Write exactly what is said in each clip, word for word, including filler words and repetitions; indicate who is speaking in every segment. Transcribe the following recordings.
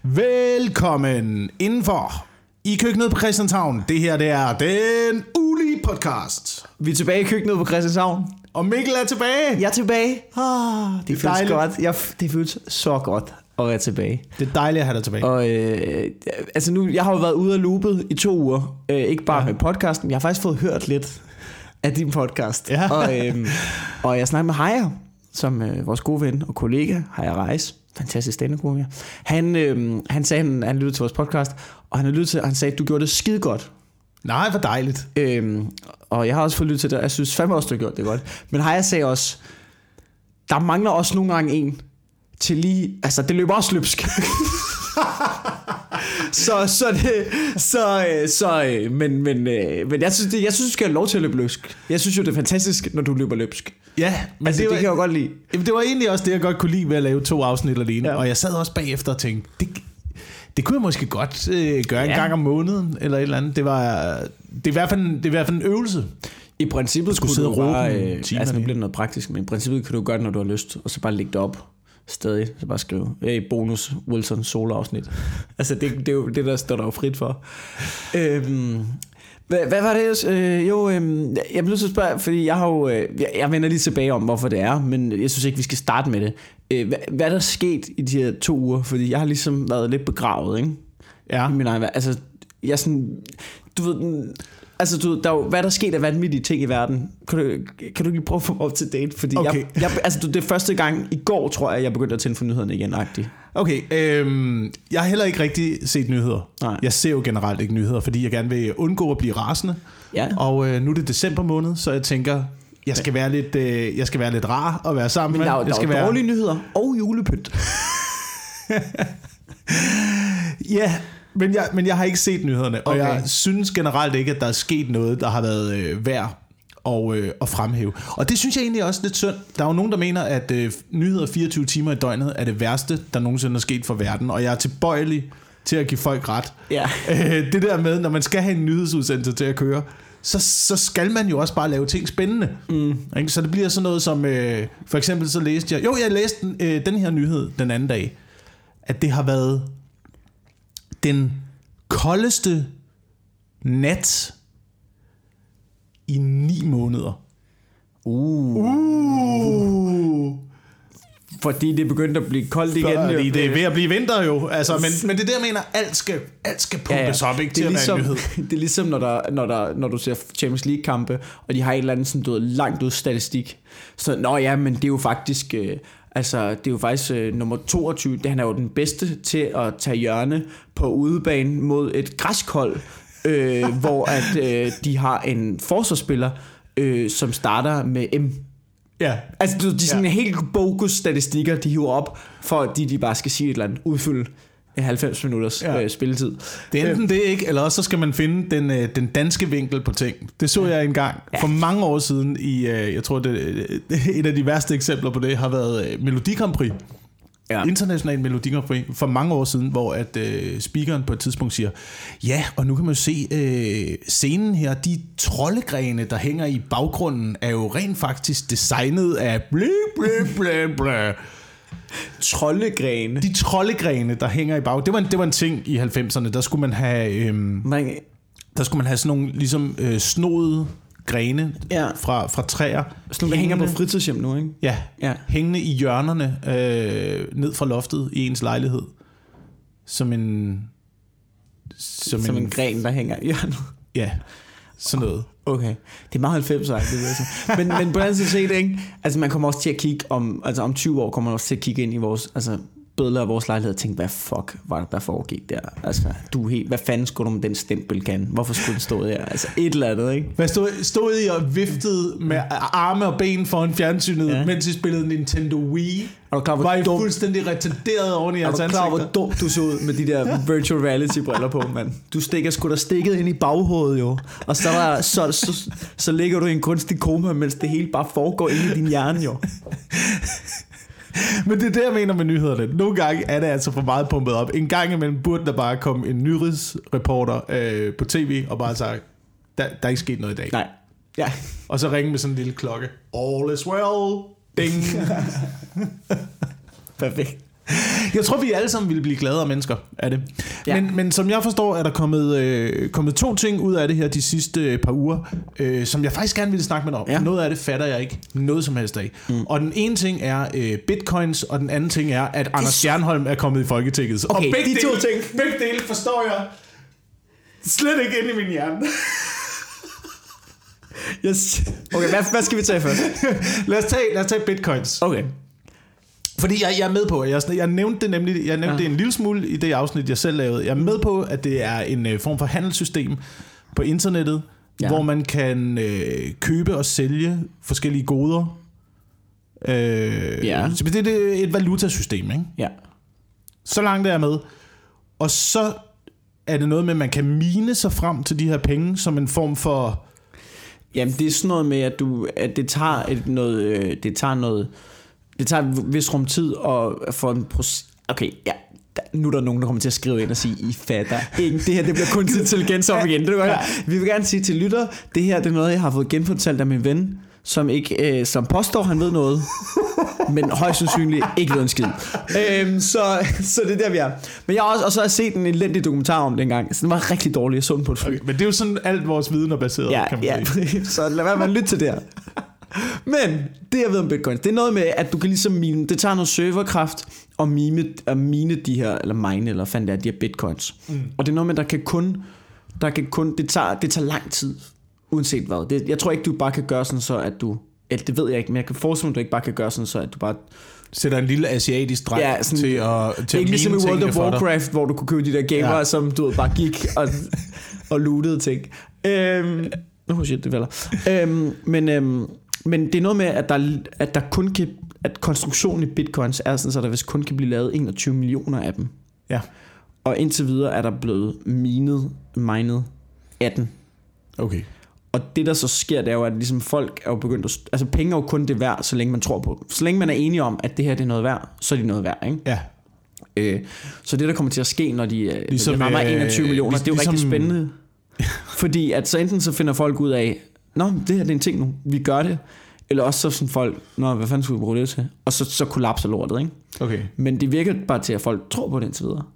Speaker 1: Velkommen indenfor i køkkenet på Christianshavn. Det her, det er den ulige podcast.
Speaker 2: Vi er tilbage i køkkenet på Christianshavn.
Speaker 1: Og Mikkel er tilbage.
Speaker 2: Jeg er tilbage. Ah, det, det føles
Speaker 1: dejligt.
Speaker 2: godt. Jeg, det føles så godt at være tilbage.
Speaker 1: Det er dejligt at have dig tilbage.
Speaker 2: Og øh, altså nu, jeg har jo været ude af loopet i to uger. Øh, ikke bare ja. med podcasten. Jeg har faktisk fået hørt lidt af din podcast.
Speaker 1: Ja.
Speaker 2: Og, øh, og jeg snakker med Hejer, som øh, vores gode ven og kollega, Hejer Reis. Fantastisk stand-up-komiker. Han, øh, han sagde, han, han lyttede til vores podcast, og han lyttede til, han sagde, du gjorde det skide godt.
Speaker 1: Nej, hvor dejligt.
Speaker 2: Øhm, og jeg har også fået lyttet til det, jeg synes fandme også, du har gjort det godt. Men Hejer sagde også, der mangler også nogle gange en til lige, altså det løber også løbsk. så så det så så men men men jeg synes det, jeg synes du skal have lov til at løbe løbsk. Jeg synes jo det er fantastisk når du løber løbsk.
Speaker 1: Ja, men
Speaker 2: altså,
Speaker 1: det,
Speaker 2: det,
Speaker 1: var,
Speaker 2: det kan jeg godt lide.
Speaker 1: Det var egentlig også det jeg godt kunne lide ved at lave to afsnit alene. Ja. Og jeg sad også bagefter og tænkte, det, det kunne jeg måske godt øh, gøre ja. en gang om måneden eller et eller andet. Det var det er i hvert fald en, det er i hvert fald en øvelse.
Speaker 2: I princippet
Speaker 1: skulle
Speaker 2: kunne
Speaker 1: sidde
Speaker 2: du
Speaker 1: og
Speaker 2: bare,
Speaker 1: øh,
Speaker 2: altså nu bliver det noget praktisk, men i princippet kan du gøre det, når du har lyst, og så bare lægge det op stadig, så bare skrive, hey, bonus Wilson solo-afsnit. Altså det, det er jo det, der står der jo frit for. Øhm, hvad, hvad var det? Øh, jo, øh, jeg bliver nødt til at spørge, fordi jeg har jo, øh, jeg, jeg vender lige tilbage om, hvorfor det er, men jeg synes ikke, vi skal starte med det. Øh, hvad, hvad er der sket i de her to uger? Fordi jeg har ligesom været lidt begravet, ikke?
Speaker 1: Ja.
Speaker 2: I min egen, altså, jeg er sådan, du ved, altså du, der er jo, hvad er der sket af vanvittige ting i verden? Kan du, kan du lige prøve at få mig op til date? Fordi
Speaker 1: okay.
Speaker 2: jeg, jeg, altså det er første gang i går, tror jeg, jeg begyndte at tænde for nyhederne igen. -agtigt.
Speaker 1: Okay, øhm, jeg har heller ikke rigtig set nyheder.
Speaker 2: Nej.
Speaker 1: Jeg ser jo generelt ikke nyheder, fordi jeg gerne vil undgå at blive rasende.
Speaker 2: Ja.
Speaker 1: Og øh, nu er det december måned, så jeg tænker, jeg skal være lidt, øh, jeg skal være lidt rar og være sammen
Speaker 2: med. Men der,
Speaker 1: med.
Speaker 2: der,
Speaker 1: skal
Speaker 2: der er
Speaker 1: være
Speaker 2: dårlige nyheder og julepynt.
Speaker 1: Ja, men jeg, men jeg har ikke set nyhederne, og
Speaker 2: okay.
Speaker 1: jeg synes generelt ikke, at der er sket noget, der har været øh, værd at, øh, at fremhæve. Og det synes jeg egentlig også lidt synd. Der er jo nogen, der mener, at øh, nyheder fireogtyve timer i døgnet er det værste, der nogensinde er sket for verden, og jeg er tilbøjelig til at give folk ret.
Speaker 2: Ja.
Speaker 1: Øh, det der med, når man skal have en nyhedsudsendelse til at køre, så, så skal man jo også bare lave ting spændende. Mm. Så det bliver sådan noget som, øh, for eksempel så læste jeg, jo jeg læste den, øh, den her nyhed den anden dag, at det har været den koldeste nat i ni måneder.
Speaker 2: Uh.
Speaker 1: Uh.
Speaker 2: Fordi det er begyndt at blive koldt igen.
Speaker 1: Fordi det er ved at blive vinter jo. Altså, men, men det er det, jeg mener, alt skal, alt skal pumpes ja, ja. op, ikke, til at
Speaker 2: ligesom,
Speaker 1: være en nyhed.
Speaker 2: Det er ligesom, når, der, når, der, når du ser Champions League-kampe, og de har et eller andet sådan, du ved, langt ud statistik. Så, nå ja, men det er jo faktisk... Øh, Altså, det er jo faktisk øh, nummer toogtyve. Det, han er jo den bedste til at tage hjørne på udebane mod et græshold, øh, hvor at øh, de har en forsvarsspiller, øh, som starter med M.
Speaker 1: Ja.
Speaker 2: Altså, de er sådan
Speaker 1: ja.
Speaker 2: en helt bogus statistikker, de hiver op, for at de, de bare skal sige et eller andet, udfylde halvfems minutters ja. øh, spilletid.
Speaker 1: Det er enten øh. det ikke, eller også så skal man finde den, øh, den danske vinkel på ting. Det så jeg engang ja. for mange år siden i, øh, jeg tror det, det et af de værste eksempler på det har været øh, Melodi Grand Prix. Ja. International Melodi Grand Prix for mange år siden, hvor at øh, speakeren på et tidspunkt siger, ja, og nu kan man jo se øh, scenen her, de troldegrene, der hænger i baggrunden, er jo rent faktisk designet af blæ, blæ, blæ, blæ.
Speaker 2: Troldegrene.
Speaker 1: De troldegrene, der hænger i bag. Det var en, det var en ting i halvfemserne. Der skulle man have øhm,
Speaker 2: man...
Speaker 1: der skulle man have sådan nogle ligesom øh, snodede grene
Speaker 2: ja.
Speaker 1: fra, fra træer.
Speaker 2: Sådan nogle, der hænger på fritidshjem nu, ikke?
Speaker 1: Ja,
Speaker 2: ja.
Speaker 1: Hængende i hjørnerne øh, ned fra loftet i ens lejlighed. Som en
Speaker 2: som, som en, en gren, der hænger i hjørnet.
Speaker 1: Ja, sådan noget.
Speaker 2: Okay, det er meget halvfemser, men, men på den anden side set, ikke? Altså man kommer også til at kigge om, altså om tyve år kommer man også til at kigge ind i vores, altså billeder af vores lejlighed og tænke, hvad fuck var det, der foregik der? Altså, du er helt, hvad fanden skulle du med den stempelkan? Hvorfor skulle den stå der? Altså et eller andet, ikke?
Speaker 1: Hvad stod, stod I og viftede med arme og ben foran fjernsynet, ja. mens I spillede Nintendo Wii?
Speaker 2: Er du klar, hvor
Speaker 1: var I
Speaker 2: dum...
Speaker 1: fuldstændig retarderet oven i jeres ansigter?
Speaker 2: Er du klar, hvor dumt du så ud med de der virtual reality briller på, mand? Du stikker sgu da stikket ind i baghovedet, jo. Og så, der, så, så, så ligger du i en kunstig koma, mens det hele bare foregår ind i din hjerne, jo.
Speaker 1: Men det er det, jeg mener med nyhederne. Nogle gange er det altså for meget pumpet op. En gang imellem burde der bare komme en nyhedsreporter øh, på tv og bare sige, der, der er ikke sket noget i dag.
Speaker 2: Nej. Ja.
Speaker 1: Og så ringe med sådan en lille klokke. All is well. Ding.
Speaker 2: Perfekt.
Speaker 1: Jeg tror, vi alle sammen ville blive gladere mennesker af det.
Speaker 2: Ja.
Speaker 1: Men, men som jeg forstår, er der kommet, øh, kommet to ting ud af det her de sidste øh, par uger, øh, som jeg faktisk gerne ville snakke med dig om. Ja. Noget af det fatter jeg ikke noget som helst af. Mm. Og den ene ting er øh, bitcoins, og den anden ting er, at Anders Stjernholm er kommet i Folketinget.
Speaker 2: Okay,
Speaker 1: og begge
Speaker 2: de to
Speaker 1: dele,
Speaker 2: ting.
Speaker 1: begge dele forstår jeg slet ikke ind i min hjerne.
Speaker 2: Yes. Okay, hvad, hvad skal vi tage først?
Speaker 1: lad, os tage, lad os tage bitcoins.
Speaker 2: Okay.
Speaker 1: Fordi jeg, jeg er med på, jeg, jeg nævnte det nemlig, jeg nævnte ja. det en lille smule i det afsnit, jeg selv lavede. Jeg er med på, at det er en øh, form for handelssystem på internettet, ja. hvor man kan øh, købe og sælge forskellige goder. Øh,
Speaker 2: ja.
Speaker 1: Så det er et valutasystem, ikke?
Speaker 2: Ja.
Speaker 1: Så langt er jeg med. Og så er det noget med, at man kan mine sig frem til de her penge som en form for...
Speaker 2: Jamen, det er sådan noget med, at, du, at det tager et, noget... Øh, det tager noget... Det tager et vis rum tid og for en proces... Okay, ja. Nu er der nogen, der kommer til at skrive ind og sige, I fatter ikke. Det her, det bliver kunstig intelligens om igen. Det ja. Vi vil gerne sige til lytter, det her det er noget, jeg har fået genfortalt af min ven, som ikke, øh, som påstår, han ved noget, men højst sandsynligt ikke ved en skid. Øhm, så, så det er der, vi er. Men jeg har også, og så har jeg set en elendig dokumentar om det engang, så den var rigtig dårlig. Jeg så den på et fly.
Speaker 1: Okay, men det er jo sådan, alt vores viden er baseret,
Speaker 2: ja,
Speaker 1: kan man
Speaker 2: ja,
Speaker 1: sige.
Speaker 2: Så lad være med at lytte til det her. Men det jeg ved om bitcoin, det er noget med, at du kan ligesom mine, det tager noget serverkraft og mine, at mine de her, eller mine, eller fandt det er, de her bitcoins. Mm. Og det er noget med, der kan kun, der kan kun, det tager, det tager lang tid, uanset hvad. Det, jeg tror ikke, du bare kan gøre sådan så, at du, eller det ved jeg ikke, men jeg kan forestille mig, at du ikke bare kan gøre sådan så, at du bare
Speaker 1: sætter en lille asiatisk dreng ja, sådan, til at til
Speaker 2: ikke ligesom i World of Warcraft, hvor du kunne købe de der gamer, ja. som du ved, bare gik og, og lootede ting. Øhm, oh shit, det falder. Øhm, men, øhm, men det er noget med, at der, at der kun kan, at konstruktionen i bitcoins er sådan, så der vist kun kan blive lavet enogtyve millioner af dem.
Speaker 1: Ja.
Speaker 2: Og indtil videre er der blevet minet, minet atten.
Speaker 1: Okay.
Speaker 2: Og det der så sker, det er jo, at ligesom folk er jo begyndt at... Altså penge er jo kun det værd, så længe man tror på. Så længe man er enige om, at det her det er noget værd, så er det noget værd, ikke?
Speaker 1: Ja.
Speaker 2: Øh, så det der kommer til at ske, når de,
Speaker 1: ligesom,
Speaker 2: når de rammer enogtyve øh, millioner, det er jo ligesom, rigtig spændende. Fordi at så enten så finder folk ud af, nå, det her det er en ting nu, vi gør det. Eller også så sådan folk, nå, hvad fanden skulle vi bruge det til? Og så, så kollapser lortet, ikke?
Speaker 1: Okay.
Speaker 2: Men det virker bare til, at folk tror på det indtil videre.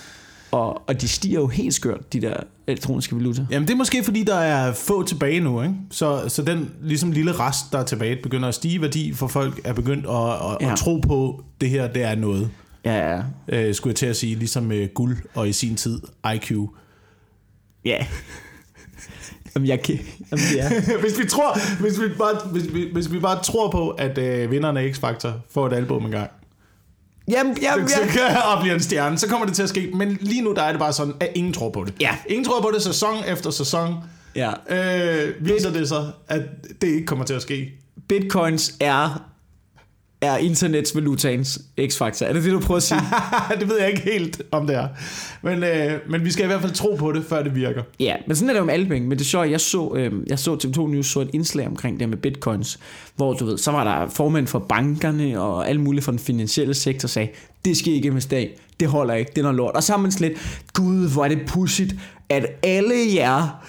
Speaker 2: Og, og de stiger jo helt skørt, de der elektroniske valuta.
Speaker 1: Jamen det er måske fordi, der er få tilbage nu, ikke? Så, så den ligesom lille rest, der er tilbage, begynder at stige værdi, for folk er begyndt at, at, ja. at tro på, det her, det er noget.
Speaker 2: Ja, ja.
Speaker 1: Øh, skulle jeg til at sige, ligesom med guld og i sin tid I Q.
Speaker 2: Ja. Jamen, jeg kan... Jamen, ja.
Speaker 1: hvis, vi tror, hvis, vi bare, hvis, vi, hvis vi bare tror på, at øh, vinderne af X-Factor får et album en gang,
Speaker 2: Jamen, jamen,
Speaker 1: så kan jeg opblive en stjerne, så kommer det til at ske. Men lige nu der er det bare sådan, at ingen tror på det.
Speaker 2: Ja.
Speaker 1: Ingen tror på det sæson efter sæson.
Speaker 2: Ja.
Speaker 1: Øh, viser det så, at det ikke kommer til at ske.
Speaker 2: Bitcoins er er internetsvalutaens X-faktor. Er det det, du prøver at sige?
Speaker 1: Det ved jeg ikke helt, om det er. Men, øh, men vi skal i hvert fald tro på det, før det virker.
Speaker 2: Ja, men sådan er det jo med alle penge. Men det er sjovt, jeg så, øh, jeg så T V to News så et indslag omkring det med bitcoins, hvor du ved, så var der formænd for bankerne og alle mulige fra den finansielle sektor sagde, det skal ikke investere i, det holder ikke, det er noget lort. Og så har man sådan lidt, gud, hvor er det pudsigt, at alle jer...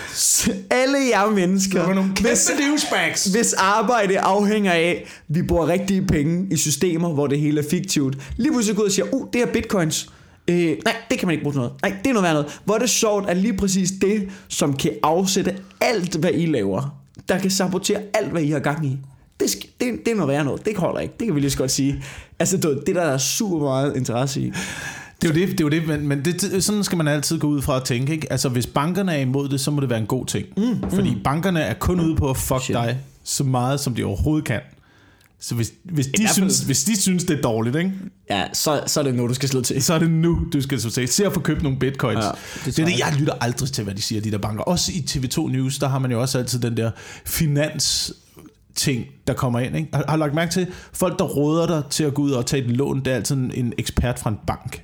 Speaker 2: alle jer mennesker,
Speaker 1: hvis,
Speaker 2: hvis arbejde afhænger af, vi bruger rigtige penge i systemer, hvor det hele er fiktivt, lige pludselig går ud og siger, uh, det er bitcoins. Øh, nej, det kan man ikke bruge til noget. Nej, det er noget værd noget. Hvor er det sjovt, at lige præcis det, som kan afsætte alt, hvad I laver, der kan sabotere alt, hvad I har gang i, det, skal, det, det er noget værd noget. Det holder ikke. Det kan vi lige så godt sige. Altså, det, det der er super meget interesse i.
Speaker 1: Det er jo det, det, er jo det men, men det, sådan skal man altid gå ud fra at tænke, ikke? Altså hvis bankerne er imod det, så må det være en god ting. Mm, Fordi mm. bankerne er kun ude på at fuck Shit. dig så meget, som de overhovedet kan. Så hvis, hvis, de synes, hvis de synes, det er dårligt, ikke?
Speaker 2: Ja, så, så er det nu, du skal slå til.
Speaker 1: Så er det nu, du skal slå til. Se at få købt nogle bitcoins. Ja, det, det er det, jeg lytter aldrig til, hvad de siger, de der banker. Også i T V to News, der har man jo også altid den der finans... ting, der kommer ind, ikke? Har, har lagt mærke til, folk der råder dig til at gå ud og tage et lån, det er altid en, en ekspert fra en bank.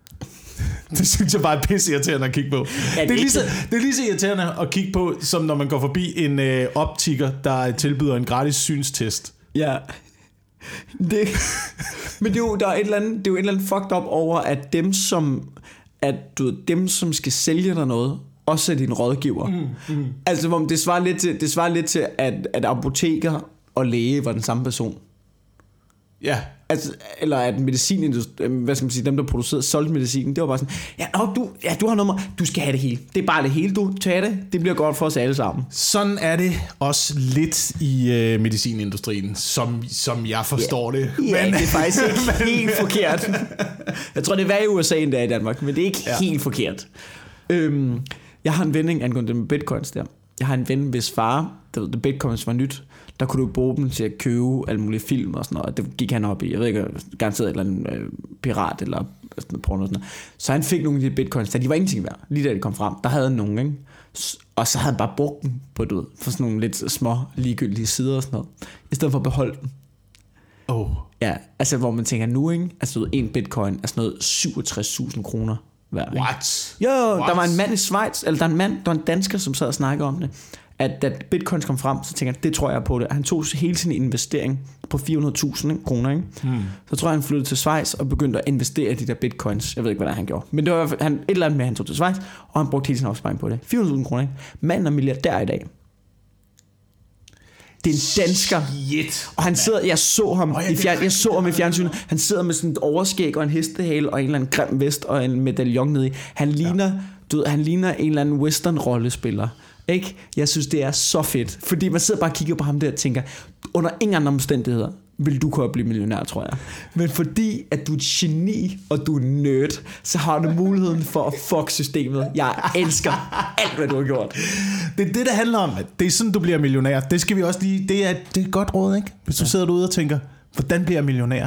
Speaker 1: Det synes jeg bare er pisse irriterende at kigge på. Ja, det, det, er lige så, det er lige så irriterende at kigge på, som når man går forbi en øh, optiker, der tilbyder en gratis synstest.
Speaker 2: Ja. Det, men det er jo, der er et eller andet, det er jo et eller andet fucked up over, at dem som, at du, dem, som skal sælge dig noget, også er din rådgiver. Mm, mm. Altså, hvor det svarer lidt til, det svarer lidt til at, at apoteker og læge var den samme person.
Speaker 1: Ja.
Speaker 2: altså, eller at medicinindustri, hvad skal man sige, dem der producerede solgte medicinen, det var bare sådan, ja, åh, du, ja, du har nummer, du skal have det hele. Det er bare det hele, du tager det. Det bliver godt for os alle sammen.
Speaker 1: Sådan er det også lidt i øh, medicinindustrien, som, som jeg forstår
Speaker 2: ja.
Speaker 1: det.
Speaker 2: Ja,
Speaker 1: men,
Speaker 2: det er faktisk ikke helt forkert. Jeg tror, det er værre i U S A, end det er i Danmark, men det er ikke ja. helt forkert. Øhm, jeg har en vending angående det med bitcoins der. Jeg har en ven, hvis far, der ved, bitcoins var nyt, der kunne du bruge dem til at købe alle mulige film og sådan noget. Det gik han op i. Jeg ved ikke, garanteret et eller andet øh, pirat eller sådan noget porno og sådan noget. Så han fik nogle af de bitcoins, der de var ingenting værd. Lige da de kom frem, der havde han nogen, ikke? Og så havde han bare brugt dem på det, for sådan nogle lidt små, ligegyldige sider og sådan noget. I stedet for at beholde dem.
Speaker 1: Oh.
Speaker 2: Ja, altså hvor man tænker nu, ikke? Altså en bitcoin er sådan noget syvogtres tusind kroner værd.
Speaker 1: What?
Speaker 2: Jo,
Speaker 1: What?
Speaker 2: der var en mand i Schweiz, eller der er en mand, der var en dansker, som sad og snakkede om det. At da bitcoins kom frem, så tænker jeg, det tror jeg på det. Han tog hele sin investering på fire hundrede tusind kroner, ikke? Hmm. Så tror jeg, han flyttede til Schweiz og begyndte at investere i de der bitcoins. Jeg ved ikke, hvad han gjorde. Men det var han, et eller andet med, han tog til Schweiz, og han brugte hele sin opsparing på det. fire hundrede tusind kroner, ikke? Manden er milliardær i dag. Det er en dansker.
Speaker 1: Shit.
Speaker 2: Og han sidder, jeg så ham oh, ja, i fjern, jeg så ham i fjernsynet. Han sidder med sådan et overskæg og en hestehale og en eller anden grim vest og en medaljon nede i. Han ligner, ja. du ved, han ligner en eller anden western rollespiller. Ikke? Jeg synes det er så fedt, fordi man sidder bare og kigger på ham der og tænker, under ingen andre omstændigheder vil du kunne blive millionær, tror jeg. Men fordi at du er et geni og du er nerd, så har du muligheden for at fuck systemet. Jeg elsker alt, hvad du har gjort.
Speaker 1: Det er det, der handler om. Det er sådan, du bliver millionær. Det skal vi også lige. Det er, det er et godt råd, ikke? Hvis du ja. sidder derude og tænker, hvordan bliver jeg millionær?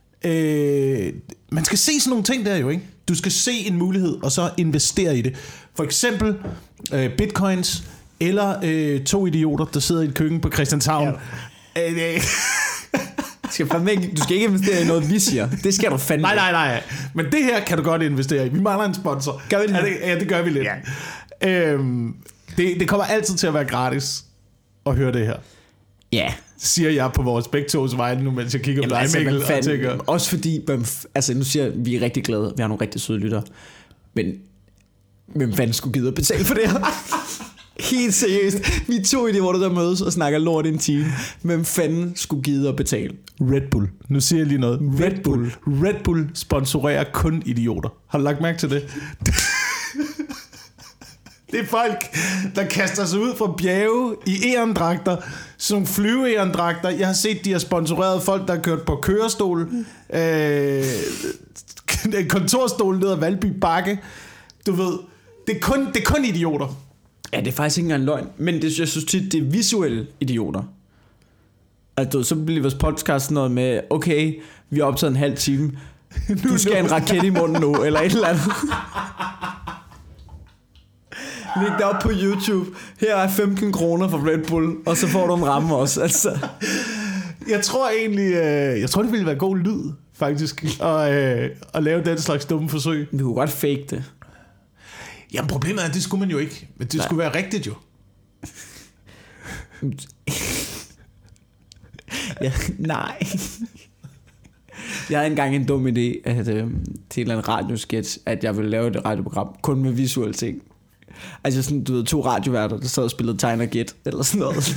Speaker 1: Øh, man skal se sådan nogle ting der jo, ikke? Du skal se en mulighed og så investere i det. For eksempel øh, bitcoins eller øh, to idioter, der sidder i et køkken på Christianshavn. Ja. Øh, øh.
Speaker 2: Skal ikke, du skal ikke investere i noget, vi siger. Det skal du fandme.
Speaker 1: Nej, nej, nej. Men det her kan du godt investere i. Vi mangler en sponsor.
Speaker 2: Gør vi det?
Speaker 1: Ja, det, ja, det gør vi lidt. Ja. Øhm, det, det kommer altid til at være gratis at høre det her.
Speaker 2: Ja.
Speaker 1: Siger jeg på vores begge tos vegne nu, mens jeg kigger på dig, altså, Mikkel,
Speaker 2: fand,
Speaker 1: og tænker...
Speaker 2: Også fordi, altså nu siger jeg, vi er rigtig glade. Vi har nogle rigtig søde lyttere. Men hvem fanden skulle gide at betale for det her? Helt seriøst. Vi er to idioter, der mødes og snakker lort i en time. Hvem fanden skulle gide at betale?
Speaker 1: Red Bull. Nu siger jeg lige noget.
Speaker 2: Red Bull.
Speaker 1: Red Bull sponsorerer kun idioter. Har du lagt mærke til det? Det er folk, der kaster sig ud fra bjerge i ærendragter, som flyve-ærendragter. Jeg har set, de har sponsoreret folk, der har kørt på kørestol, øh, kontorstol ned ad Valby Bakke. Du ved, det er kun, det er kun idioter.
Speaker 2: Ja, det er faktisk ikke engang løgn. Men det, jeg synes tit, det er visuelle idioter. Altså, så bliver vores podcast noget med, okay, vi har optaget en halv time. Du skal have en raket i munden nu, eller et eller andet. Læg det op på YouTube. Her er femten kroner for Red Bull, og så får du en ramme også. Altså.
Speaker 1: Jeg tror egentlig, øh, jeg tror det ville være god lyd, faktisk, at, øh, at lave den slags dumme forsøg.
Speaker 2: Vi kunne godt fake det.
Speaker 1: Jamen problemet er, at det skulle man jo ikke. Men det Nej. skulle være rigtigt jo.
Speaker 2: Ja, nej. Jeg havde engang en dum idé at, øh, til en eller anden radiosketch, at jeg ville lave et radioprogram kun med visuelle ting. Altså sådan, du ved, to radioværter, der sad og spillede tegn og gæt, eller sådan noget.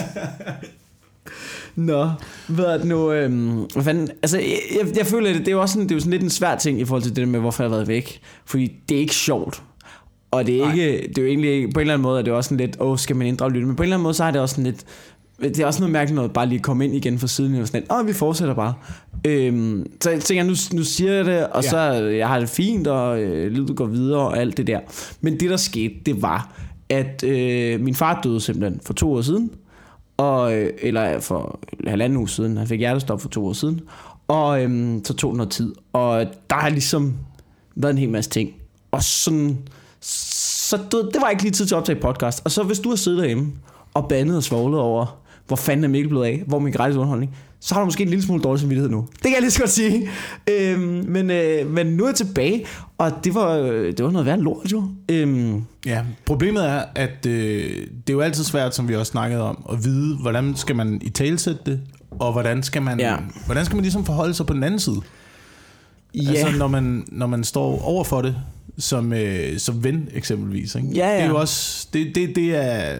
Speaker 2: Nå, hvad er det nu? Øhm, hvad fanden? Altså, jeg, jeg, jeg føler, at det, det er jo også sådan, det er jo sådan lidt en svær ting i forhold til det der med, hvorfor jeg har været væk. Fordi det er ikke sjovt. Og det er ikke, det er jo egentlig, på en eller anden måde, at det er også sådan lidt, åh, skal man inddrage lytte? Men på en eller anden måde, så er det også sådan lidt, det er også noget mærkeligt noget, bare lige komme ind igen fra siden, og sådan lidt, åh, vi fortsætter bare. Øhm, så jeg tænker, nu, nu siger jeg det, og ja. så, jeg har det fint, og øh, livet går videre, og alt det der. Men det, der skete, det var, at øh, min far døde simpelthen for to år siden, og, øh, eller for halvanden uge siden, han fik hjertestop for to år siden, og øh, så tog det noget tid, og der har ligesom været en hel masse ting, og sådan... Så det var ikke lige tid til at optage podcast. Og så hvis du har siddet derhjemme og bandet og svoglet over, hvor fanden er Mikkel blevet af, hvor er min gratis underholdning, så har du måske en lille smule dårlig samvittighed nu. Det kan jeg lige så godt sige. øhm, men, øh, men nu er jeg tilbage, og det var, det var noget værd lort jo. Øhm.
Speaker 1: Ja, problemet er, at øh, det er jo altid svært, som vi også snakkede om, at vide, hvordan skal man italesætte det, og hvordan skal man, ja. hvordan skal man ligesom forholde sig på den anden side. Ja. Altså når man, når man står over for det, som, øh, som ven eksempelvis, ikke?
Speaker 2: Ja, ja.
Speaker 1: Det er jo også det, det, det er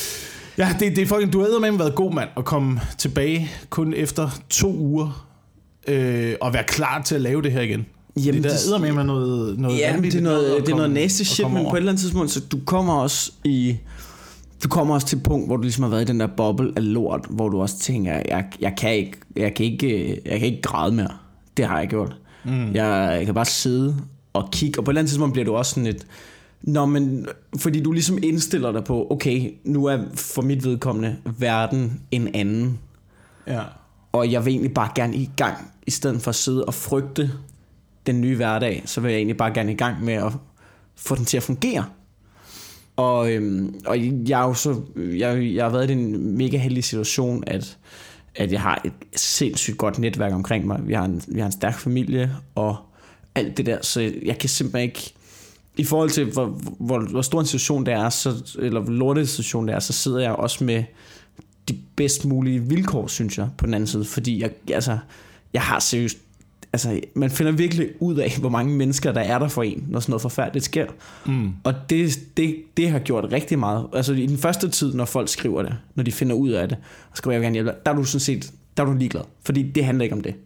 Speaker 1: ja, det, det er fucking, du har eddermame været god mand at komme tilbage kun efter to uger øh, at være klar til at lave det her igen? Jamen, det der med noget, noget
Speaker 2: ja, det er noget, det er noget næste shit, men på et eller andet tidspunkt, så du kommer også i, du kommer også til et punkt, hvor du ligesom har været i den der boble af lort, hvor du også tænker, jeg, jeg, kan, ikke, jeg, kan, ikke, jeg kan ikke græde mere. Det har jeg gjort. Mm. Jeg, jeg kan bare sidde og kigge, og på et eller andet tidspunkt bliver du også sådan et, nå, men fordi du ligesom indstiller dig på, okay, nu er for mit vedkommende verden en anden.
Speaker 1: Ja. Og
Speaker 2: jeg vil egentlig bare gerne i gang, i stedet for at sidde og frygte den nye hverdag, så vil jeg egentlig bare gerne i gang med at få den til at fungere. Og, øhm, og jeg, er jo så, jeg, jeg har været i den mega heldige situation, at, at jeg har et sindssygt godt netværk omkring mig. Vi har en, vi har en stærk familie og alt det der, så jeg kan simpelthen ikke, i forhold til hvor, hvor, hvor stor en situation det er, så, eller hvor lortet en situation det er, så sidder jeg også med de bedst mulige vilkår, synes jeg, på den anden side, fordi jeg, altså, jeg har seriøst, altså, man finder virkelig ud af, hvor mange mennesker der er der for en, når sådan noget forfærdeligt sker. Mm. Og det, det, det har gjort rigtig meget. Altså i den første tid, når folk skriver det, når de finder ud af det, og skriver, jeg vil gerne hjælpe, der er du sådan set, der er du ligeglad, fordi det handler ikke om det.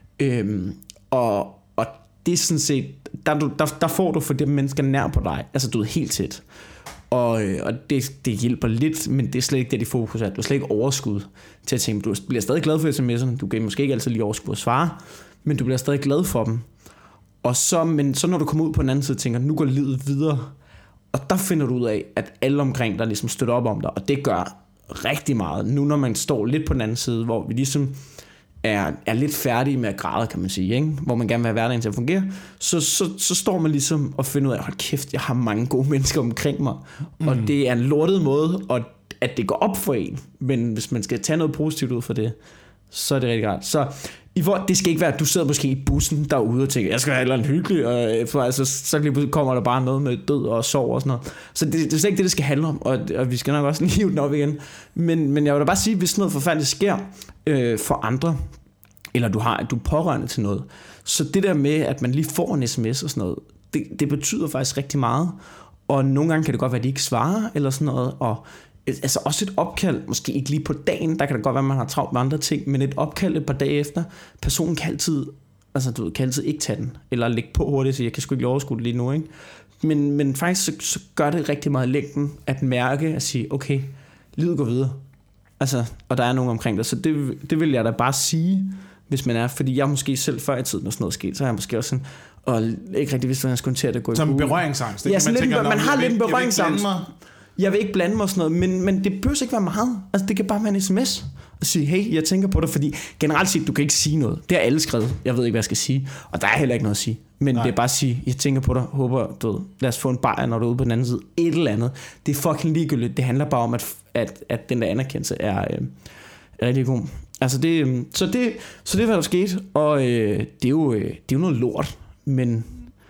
Speaker 2: Øhm, og, og det er sådan set, der, der, der får du for de mennesker nær på dig, altså du er helt tæt. Og, og det, det hjælper lidt, men det er slet ikke det, de fokus er. Du har slet ikke overskud til at tænke, du bliver stadig glad for sms'erne, du kan måske ikke altid lige overskud at svare, men du bliver stadig glad for dem. Og så, men så når du kommer ud på den anden side og tænker, nu går livet videre, og der finder du ud af, at alle omkring dig ligesom støtter op om dig, og det gør rigtig meget. Nu når man står lidt på den anden side, hvor vi ligesom er, er lidt færdige med at græde, kan man sige, ikke? Hvor man gerne vil have hverdagen til at fungere, så, så, så står man ligesom og finder ud af, hold kæft, jeg har mange gode mennesker omkring mig, mm. og det er en lortet måde, og at det går op for en, men hvis man skal tage noget positivt ud for det, så er det rigtig godt. Så i hvor, det skal ikke være, at du sidder måske i bussen derude og tænker, jeg skal have et eller andet hyggeligt, og for, altså, så kommer der bare noget med død og sorg og sådan noget. Så det, det er slet ikke det, det skal handle om, og, og vi skal nok også lige hive den op igen. Men, men jeg vil da bare sige, hvis noget forfærdeligt sker øh, for andre, eller du har, du er pårørende til noget, så det der med, at man lige får en sms og sådan noget, det, det betyder faktisk rigtig meget. Og nogle gange kan det godt være, at de ikke svarer, eller sådan noget, og altså også et opkald, måske ikke lige på dagen, der kan det godt være, at man har travlt med andre ting, men et opkald et par dage efter, personen kan altid, altså du ved, kan altid ikke tage den, eller lægge på hurtigt, så jeg kan sgu ikke overskue det lige nu, ikke? Men, men faktisk så, så gør det rigtig meget i længden, at mærke, at sige, okay, livet går videre, altså, og der er nogen omkring dig, så det, det vil jeg da bare sige, hvis man er, fordi jeg måske selv før i tiden, når sådan noget skete, så er jeg måske også sådan, og ikke rigtig vidste, hvordan jeg skulle håndtere det at gå i
Speaker 1: Som berøringsangst,
Speaker 2: ja, man,
Speaker 1: man,
Speaker 2: tænker,
Speaker 1: man
Speaker 2: har lidt en berøringsangst.
Speaker 1: Jeg,
Speaker 2: jeg vil ikke blande mig og sådan noget, men, men det behøver ikke være meget. Altså det kan bare være en sms og sige, hey, jeg tænker på dig, fordi generelt set, du kan ikke sige noget. Det har alle skrevet, jeg ved ikke, hvad jeg skal sige, og der er heller ikke noget at sige. Men Nej. Det er bare at sige, jeg tænker på dig, håber du ved, lad os få en bajer, når du er ude på den anden side, et eller andet. Det er fucking ligegyldigt, det handler bare om, at, at, at den der anerkendelse er, øh, er rigtig god. Altså det, så, det, så det er, hvad der skete, og øh, det, er jo, øh, det er jo noget lort, men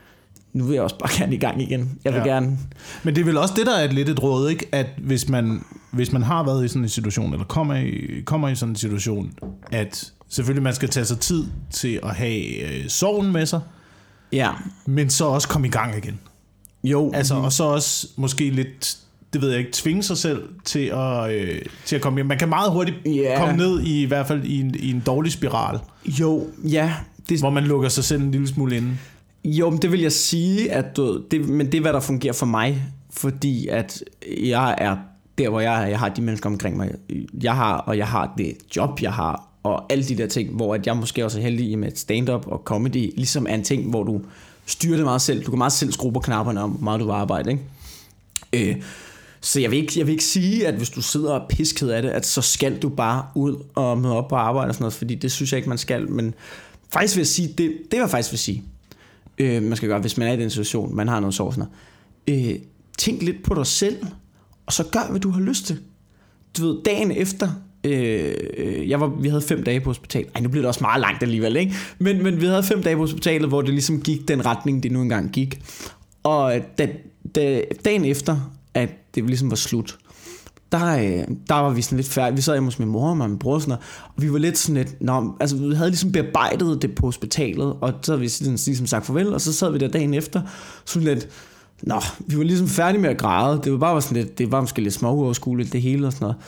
Speaker 2: nu vil jeg også bare gerne i gang igen. Jeg vil ja. gerne.
Speaker 1: Men det er vel også det, der er lidt et råd, ikke? At hvis man, hvis man har været i sådan en situation, eller kommer i, kommer i sådan en situation, at selvfølgelig man skal tage sig tid til at have øh, sorgen med sig,
Speaker 2: ja.
Speaker 1: Men så også komme i gang igen.
Speaker 2: Jo.
Speaker 1: Altså, og så også måske lidt, det ved jeg ikke, tvinge sig selv til at, øh, til at komme hjem. Man kan meget hurtigt yeah. komme ned i, i hvert fald i en, i en dårlig spiral.
Speaker 2: Jo, ja.
Speaker 1: Det, hvor man lukker sig selv en lille smule inde.
Speaker 2: Jo, men det vil jeg sige, at du, det, men det er, hvad der fungerer for mig, fordi at jeg er der, hvor jeg er, jeg har de mennesker omkring mig, jeg har, og jeg har det job, jeg har, og alle de der ting, hvor at jeg måske også er heldig med stand-up og comedy, ligesom er en ting, hvor du styrer det meget selv, du kan meget selv skrue på knapperne om, hvor meget du vil arbejde, ikke? Øh, så jeg vil, ikke, jeg vil ikke sige, at hvis du sidder og pisket af det, at så skal du bare ud og møde op på arbejde og sådan noget, fordi det synes jeg ikke, man skal, men faktisk vil jeg sige, det, det vil jeg faktisk vil sige, Øh, man skal gøre, hvis man er i den situation, man har noget sorg sådan noget. Øh, tænk lidt på dig selv, og så gør, hvad du har lyst til. Du ved, dagen efter, øh, jeg var, vi havde fem dage på hospital. Ej, nu bliver det også meget langt alligevel, ikke? Men, men vi havde fem dage på hospitalet, hvor det ligesom gik den retning, det nu engang gik. Og da, da, dagen efter, at det ligesom var slut, Der, der var vi sådan lidt færdige. Vi sad hjemme hos min mor og min bror og sådan noget, og vi var lidt sådan lidt, nå, altså vi havde ligesom bearbejdet det på hospitalet, og så havde vi sådan, ligesom sagt farvel, og så sad vi der dagen efter, sådan lidt, nå, vi var ligesom færdige med at græde, det var bare sådan lidt, det var måske lidt småuoverskueligt det hele og sådan noget.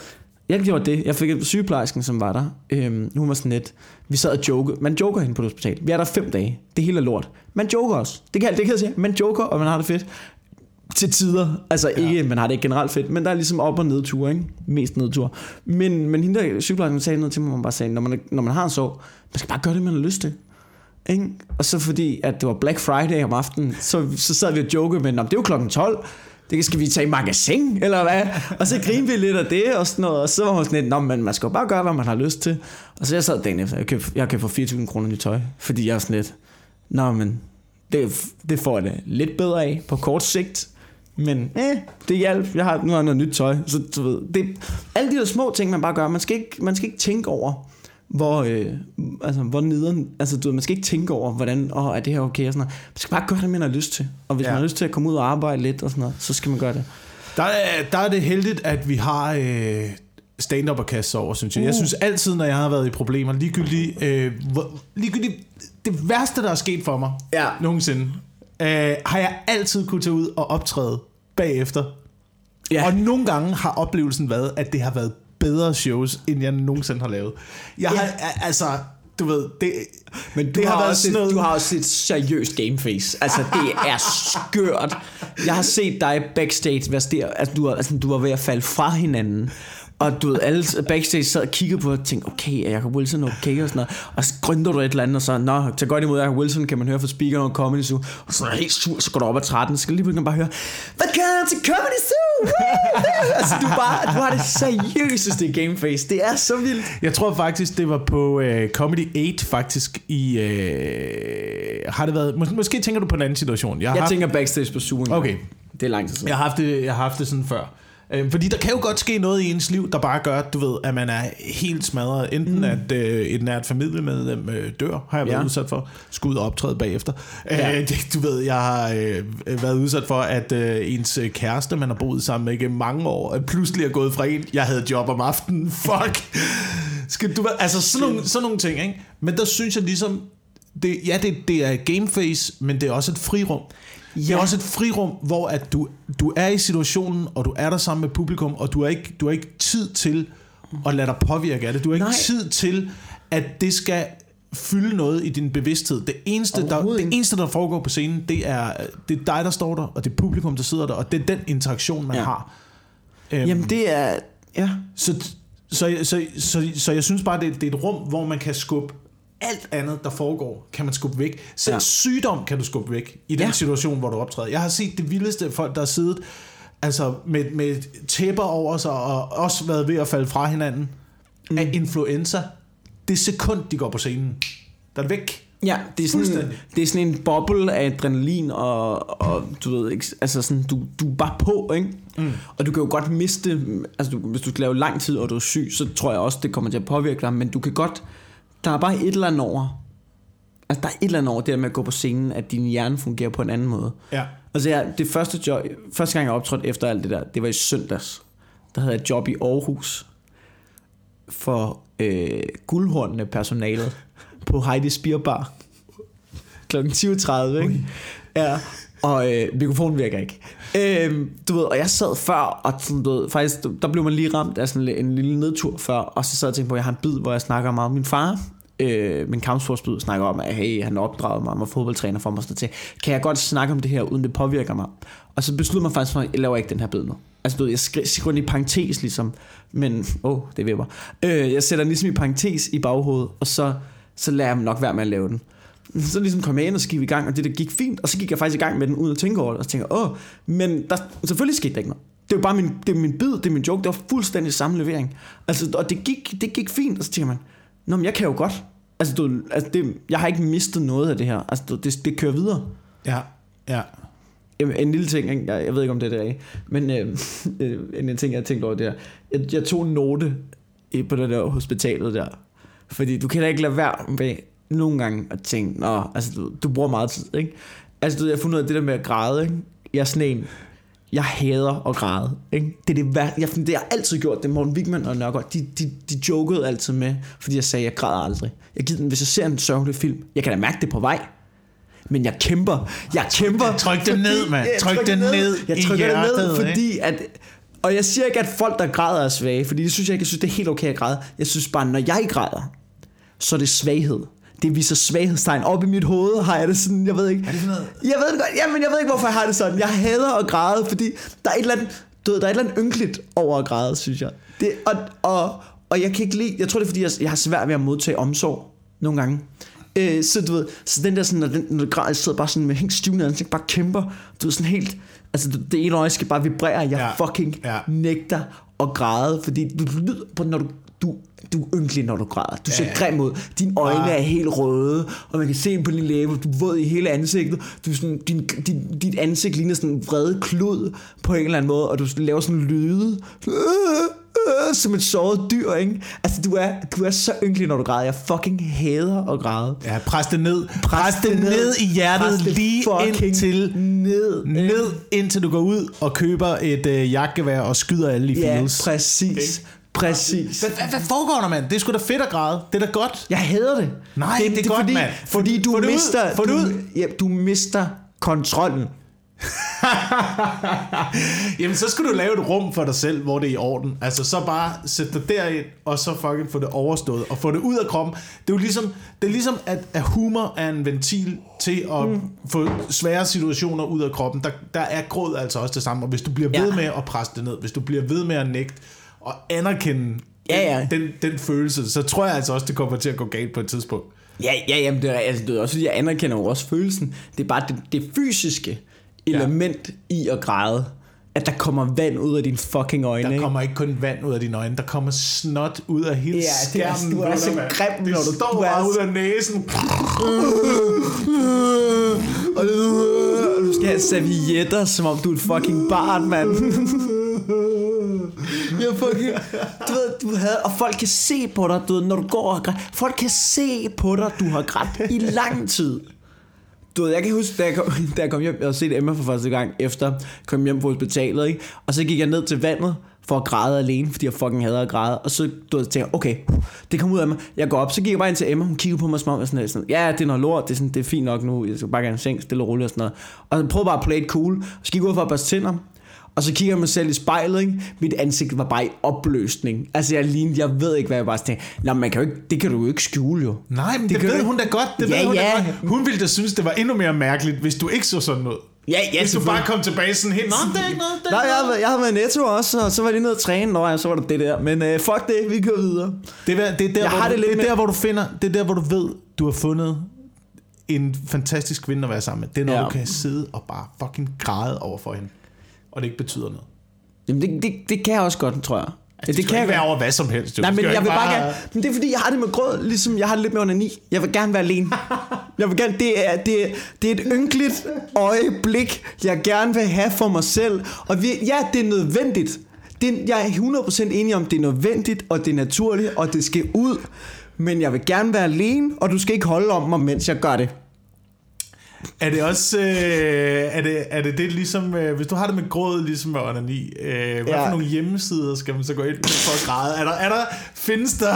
Speaker 2: Jeg gjorde det. Jeg fik et sygeplejersken, som var der. Øhm, hun var sådan lidt... Vi sad og jokede. Man joker hende på et hospital. Vi er der fem dage. Det hele er lort. Man joker også. Det kan, det kan jeg sige. Man joker, og man har det fedt. Til tider. Altså ikke, ja. Man har det ikke generelt fedt. Men der er ligesom op- og nedtur, ikke? Mest nedtur. Men, men hende der sygeplejersken sagde noget til mig, man bare sagde, når man, når man har en sorg, man skal bare gøre det, man har lyst til. Ikke? Og så fordi, at det var Black Friday om aftenen, så, så sad vi og jokede med, det er jo klokken tolv. Det skal vi tage i magasin, eller hvad? Og så grinede vi lidt af det, og sådan noget. Og så var man sådan lidt, nå, men man skal jo bare gøre, hvad man har lyst til. Og så jeg sad dagen efter, jeg kan, jeg kan få fire tusind kroner i tøj, fordi jeg er sådan lidt, nå, men det, det får jeg da lidt bedre af på kort sigt. Men eh, det hjalp. Jeg har, nu har jeg noget nyt tøj. Så du ved, det, alle de der små ting, man bare gør, man skal ikke, man skal ikke tænke over, hvor, øh, altså, hvor nederen, altså du ved, man skal ikke tænke over, hvordan, åh, er det her okay, og sådan noget. Man skal bare gøre det, man har lyst til. Og hvis ja. man har lyst til at komme ud og arbejde lidt, og sådan noget, så skal man gøre det.
Speaker 1: Der er, der er det heldigt, at vi har øh, stand-up og kasse over, synes jeg. Uh. Jeg synes altid, når jeg har været i problemer, ligegyldigt, øh, hvor, ligegyldigt det værste, der er sket for mig,
Speaker 2: ja.
Speaker 1: nogensinde, øh, har jeg altid kunne tage ud og optræde bagefter.
Speaker 2: Ja.
Speaker 1: Og nogle gange har oplevelsen været, at det har været bedre shows, end jeg nogensinde har lavet. Jeg har, ja. altså, du ved, det,
Speaker 2: men du, det har, har også et, noget... du har også et seriøst gameface. Altså, det er skørt. Jeg har set dig backstage, hvad der, altså, du, var, altså, du var ved at falde fra hinanden. Og du ved, alle backstage sad og kiggede på og tænkte, okay, er Jacob Wilson okay? Og sådan noget. Og så grønter du et eller andet, og så, nå, tag godt imod Jacob Wilson, kan man høre fra speakeren og Comedy Zoo. Og så er helt sur, så går du op ad tretten, så skal lige begynde bare høre, velkommen til Comedy Zoo! Altså, du, bare, du har det seriøseste gameface. Det er så vildt.
Speaker 1: Jeg tror faktisk, det var på uh, Comedy otte, faktisk, i... Uh, har det været... Mås- måske tænker du på en anden situation. Jeg,
Speaker 2: jeg
Speaker 1: haft,
Speaker 2: tænker backstage på Zoo.
Speaker 1: Okay.
Speaker 2: Det er lang tid siden.
Speaker 1: Jeg har haft det, jeg har haft det sådan før. Fordi der kan jo godt ske noget i ens liv, der bare gør, du ved, at man er helt smadret. Enten mm. at øh, et nært familiemedlem øh, dør, har jeg været ja. udsat for. Skulle ud og optræde bagefter. Ja. Øh, du ved, jeg har øh, været udsat for, at øh, ens kæreste, man har boet sammen med igennem mange år, pludselig er gået fra en, jeg havde job om aftenen. Fuck! Skal du, altså sådan nogle, sådan nogle ting, ikke? Men der synes jeg ligesom, det, ja, det, det er gameface, men det er også et frirum. Ja. Det er også et frirum, hvor at du, du er i situationen, og du er der sammen med publikum, og du har ikke, du har ikke tid til at lade dig påvirke af det. Du har ikke Nej. tid til, at det skal fylde noget i din bevidsthed. Det eneste, der, det eneste, der foregår på scenen, det er, det er dig, der står der, og det er publikum, der sidder der, og det er den interaktion, man ja. har.
Speaker 2: Jamen det er... Ja.
Speaker 1: Så, så, så, så, så, så jeg synes bare, det, det er et rum, hvor man kan skubbe alt andet, der foregår, kan man skubbe væk. Selv ja. sygdom kan du skubbe væk i den ja. situation, hvor du optræder. Jeg har set det vildeste folk, der har siddet altså med, med tæpper over sig, og også været ved at falde fra hinanden mm. af influenza. Det sekund, de går på scenen, der er væk.
Speaker 2: Ja, det er sådan, det er sådan en boble af adrenalin, og, og du ved ikke, altså sådan, du, du er bare på, ikke? Mm. Og du kan jo godt miste, altså du, hvis du skal lave lang tid, og du er syg, så tror jeg også, det kommer til at påvirke dig, men du kan godt, der er bare et eller andet over, altså der er et eller andet over det med at gå på scenen, at din hjerne fungerer på en anden måde.
Speaker 1: Ja.
Speaker 2: Altså jeg, det første job, første gang jeg optrådte efter alt det der, det var i søndags. Der havde jeg et job i Aarhus for øh, guldhornene personalet på Heidi's Beer Bar klokken tyve tredive, ikke? Ja, og øh, mikrofonen virker ikke. Øh, du ved, og jeg sad før, og sådan, du ved, faktisk, der blev man lige ramt af sådan en lille nedtur før, og så sad jeg og tænkte på, at jeg har en bid, hvor jeg snakker meget om min far. Øh, min kampsportsbid snakker om, at hey, han opdragede mig, han var fodboldtræner for mig, så til, kan jeg godt snakke om det her, uden det påvirker mig? Og så besluttede man faktisk, at jeg laver ikke den her bid nu. Altså du ved, jeg skriver den i parentes ligesom, men, åh, oh, det vipper. Øh, jeg sætter den ligesom i parentes i baghovedet, og så, så lader jeg nok være med at lave den. Så ligesom kom jeg ind, og så gik vi i gang, og det der gik fint, og så gik jeg faktisk i gang med den, uden at tænke over det, og så tænker åh, men der, selvfølgelig skete der ikke noget. Det var bare min, det var min bid, det er min joke, det var fuldstændig samme levering. Altså, og det gik, det gik fint, og så tænker man, nå, men jeg kan jo godt. Altså, du, altså det, jeg har ikke mistet noget af det her. Altså, du, det, det kører videre.
Speaker 1: Ja, ja.
Speaker 2: En lille ting, jeg, jeg ved ikke om det er det, men øh, en, en ting, jeg har tænkt over det her. Jeg, jeg tog en note på det der hospitalet der, fordi du kan da ikke lade være med nogle gange at tænke, nå, altså du, du bruger meget tid, ikke? Altså du, jeg har fundet ud af det der med at græde, ikke? Jeg er sådan en, jeg hader at græde, ikke? Det er det værd, jeg, det har jeg altid gjort, det Morten Wigman og Nørgaard, de, de, de jokede altid med, fordi jeg sagde, jeg græder aldrig. Jeg giver den, hvis jeg ser en sørgelig film, jeg kan da mærke det på vej, men jeg kæmper, jeg kæmper.
Speaker 1: Tryk det ned, mand. Tryk det ned
Speaker 2: Jeg trykker det ned, fordi at, Og jeg siger ikke, at folk, der græder, er svage, fordi det synes jeg ikke. Jeg synes, det er helt okay at græde. Jeg synes bare, når jeg græder, så er det svaghed. Det viser svaghedstegn. Op i mit hoved har jeg det sådan, jeg ved ikke.
Speaker 1: Er det sådan noget?
Speaker 2: Jeg ved det godt, jamen jeg ved ikke, hvorfor jeg har det sådan. Jeg hader at græde, fordi der er et eller andet, du ved, der er et eller andet ynkeligt over at græde, synes jeg. Det, og, og, og jeg kan ikke lide, jeg tror det er, fordi jeg, jeg har svært ved at modtage omsorg nogle gange. Øh, så du ved, så den der sådan, når, den, når du græder, jeg sidder bare sådan med helt stivende ansigt, bare kæmper, du ved sådan helt, altså det ene øje skal bare vibrere, jeg ja. fucking ja. nægter at græde, fordi du lyder på, når du Du, du er ynkelig, når du græder. Du ser ja, ja. grim ud. Dine øjne ja. er helt røde, og man kan se dem på din læbe. Du er våd i hele ansigtet. Du er sådan, din, din, dit ansigt ligner sådan en vrede klud på en eller anden måde, og du laver sådan lyde øh, øh, som et såret dyr, ikke? Altså, du er, du er så ynkelig, når du græder. Jeg fucking hader at græde.
Speaker 1: Ja, pres det ned. Pres det ned i hjertet lige indtil
Speaker 2: ned.
Speaker 1: Ned, indtil du går ud og køber et øh, jagtgevær og skyder alle i fields.
Speaker 2: Ja, præcis. Okay. Præcis.
Speaker 1: Hvad, hvad, hvad foregår der, mand? Det er sgu da fedt at græde. Det er da godt.
Speaker 2: Jeg hader det.
Speaker 1: Nej, det, det er det godt,
Speaker 2: fordi,
Speaker 1: mand.
Speaker 2: Fordi du mister,
Speaker 1: du,
Speaker 2: du, ja, du mister kontrollen.
Speaker 1: Jamen, så skal du lave et rum for dig selv, hvor det er i orden. Altså, så bare sætte dig derind, og så fucking få det overstået, og få det ud af kroppen. Det er jo ligesom, det er ligesom at, at humor er en ventil til at mm. få svære situationer ud af kroppen. Der, der er gråd altså også det samme, og hvis du bliver ved ja. med at presse det ned, hvis du bliver ved med at nægte, og anerkende
Speaker 2: ja, ja.
Speaker 1: Den, den følelse, så tror jeg altså også, det kommer til at gå galt på et tidspunkt.
Speaker 2: Ja, ja, jamen det er, altså, det er også fordi, jeg anerkender jo også følelsen. Det er bare det, det fysiske element ja. i at græde, at der kommer vand ud af dine fucking øjne.
Speaker 1: Der kommer ikke kun vand ud af dine øjne, der kommer snot ud af hele
Speaker 2: ja,
Speaker 1: skærmen.
Speaker 2: Du er så grim,
Speaker 1: når du står bare ud af næsen.
Speaker 2: Og du skal have servietter, som om du er et fucking barn, mand. Jeg fucking, du ved, du havde, og folk kan se på dig, du ved, når du går og græder. Folk kan se på dig, du har grædt i lang tid. Du ved, jeg kan huske, da jeg kom, da jeg kom hjem og set Emma for første gang, efter jeg kom hjem på hospitalet, ikke? Og så gik jeg ned til vandet for at græde alene, fordi jeg fucking hader at græde. Og så du ved, tænkte jeg, okay, det kom ud af mig. Jeg går op, så gik jeg bare ind til Emma, hun kiggede på mig som om, sådan, sådan, ja, det er noget lort, det er, sådan, det er fint nok nu, jeg skal bare gerne i seng, stille og roligt og sådan noget. Og så prøvede bare at play it cool, og så gik jeg ud for at børste tænder. Og så kigger jeg mig selv i spejlet, ikke? Mit ansigt var bare i opløsning. Altså jeg lignede, jeg ved ikke hvad jeg bare tænkte. Nå, man kan jo ikke, det kan du jo ikke skjule jo.
Speaker 1: Nej, men det, det ved du... hun da godt. Det
Speaker 2: ja,
Speaker 1: ved hun,
Speaker 2: ja.
Speaker 1: da godt. Hun ville da synes det var endnu mere mærkeligt, hvis du ikke så sådan ud.
Speaker 2: Ja, ja,
Speaker 1: hvis du bare kom tilbage sådan helt. Nå, det er ikke noget.
Speaker 2: Nej, jeg, jeg havde været Netto også, og så var det nede at træne. Nå ja, så var det det der. Men uh, fuck det, vi går videre.
Speaker 1: Det er, det er der, hvor, det du, det er der hvor du finder, det er der hvor du ved, du har fundet en fantastisk kvinde at være sammen med. Det er når ja. du kan sidde og bare fucking græde over for hende, og det ikke betyder noget.
Speaker 2: Jamen det, det, det kan jeg også godt, tror jeg.
Speaker 1: Altså, det, det kan ikke være over hvad som helst.
Speaker 2: Nej, men jeg vil bare, bare gerne, men det er fordi jeg har det med gråd, ligesom jeg har det lidt med onani. Jeg vil gerne være alene. Jeg vil gerne, det er det er, det er et ynkeligt øjeblik, jeg gerne vil have for mig selv. Og vi, ja, det er nødvendigt. Det, jeg er hundrede procent enig om, det er nødvendigt, og det er naturligt, og det skal ud. Men jeg vil gerne være alene, og du skal ikke holde om mig, mens jeg gør det.
Speaker 1: Er det også øh, er det er det det ligesom øh, hvis du har det med gråd ligesom med onani, øh, hvad ja. for nogle hjemmesider skal man så gå ind på for at græde? Er der er der findes der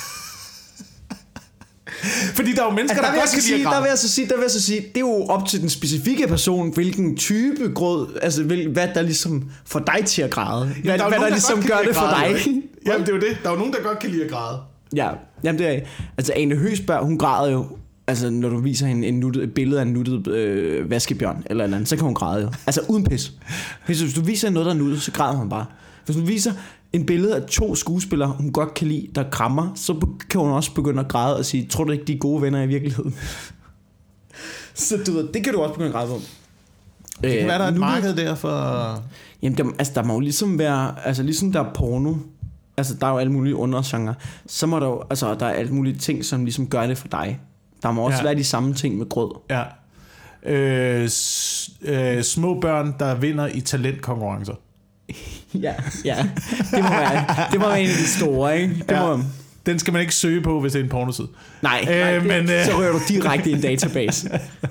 Speaker 1: fordi der er jo mennesker altså, der, der godt kan lide at græde.
Speaker 2: Der vil jeg så sige, der vil jeg så sige, det er jo op til den specifikke person, hvilken type gråd, altså hvad der ligesom får dig til at græde. Hvad,
Speaker 1: jamen, der,
Speaker 2: hvad
Speaker 1: nogen,
Speaker 2: der ligesom gør det for
Speaker 1: græde,
Speaker 2: dig.
Speaker 1: Jamen det er jo det. Der er jo nogen der godt kan lide at græde.
Speaker 2: Ja, jamen det er altså Ane Høgsberg, hun græder jo. Altså når du viser hende en nuttet, et billede af en nuttet øh, vaskebjørn eller noget andet, så kan hun græde jo. Altså uden pis. Hvis du viser noget der er nuttet, så græder hun bare. Hvis du viser en billede af to skuespillere hun godt kan lide, der krammer, så kan hun også begynde at græde og sige, tror du ikke de er gode venner i virkeligheden? Så du ved, det kan du også begynde at græde på.
Speaker 1: Det kan være der er et marked der for.
Speaker 2: Jamen der, altså der må jo ligesom være, altså ligesom der er porno. Altså der er jo alle mulige undergenre. Så må der jo, altså der er alle mulige ting som ligesom gør det for dig. Der må også ja. være de samme ting med grød.
Speaker 1: Ja. Øh, s- øh, små børn, der vinder i talentkonkurrencer.
Speaker 2: ja, ja. Det må være, det må være en af de store, ikke? Det
Speaker 1: ja.
Speaker 2: må...
Speaker 1: Den skal man ikke søge på, hvis det er en pornoside.
Speaker 2: Nej, øh, nej det, men, øh... så rører du direkte i en database.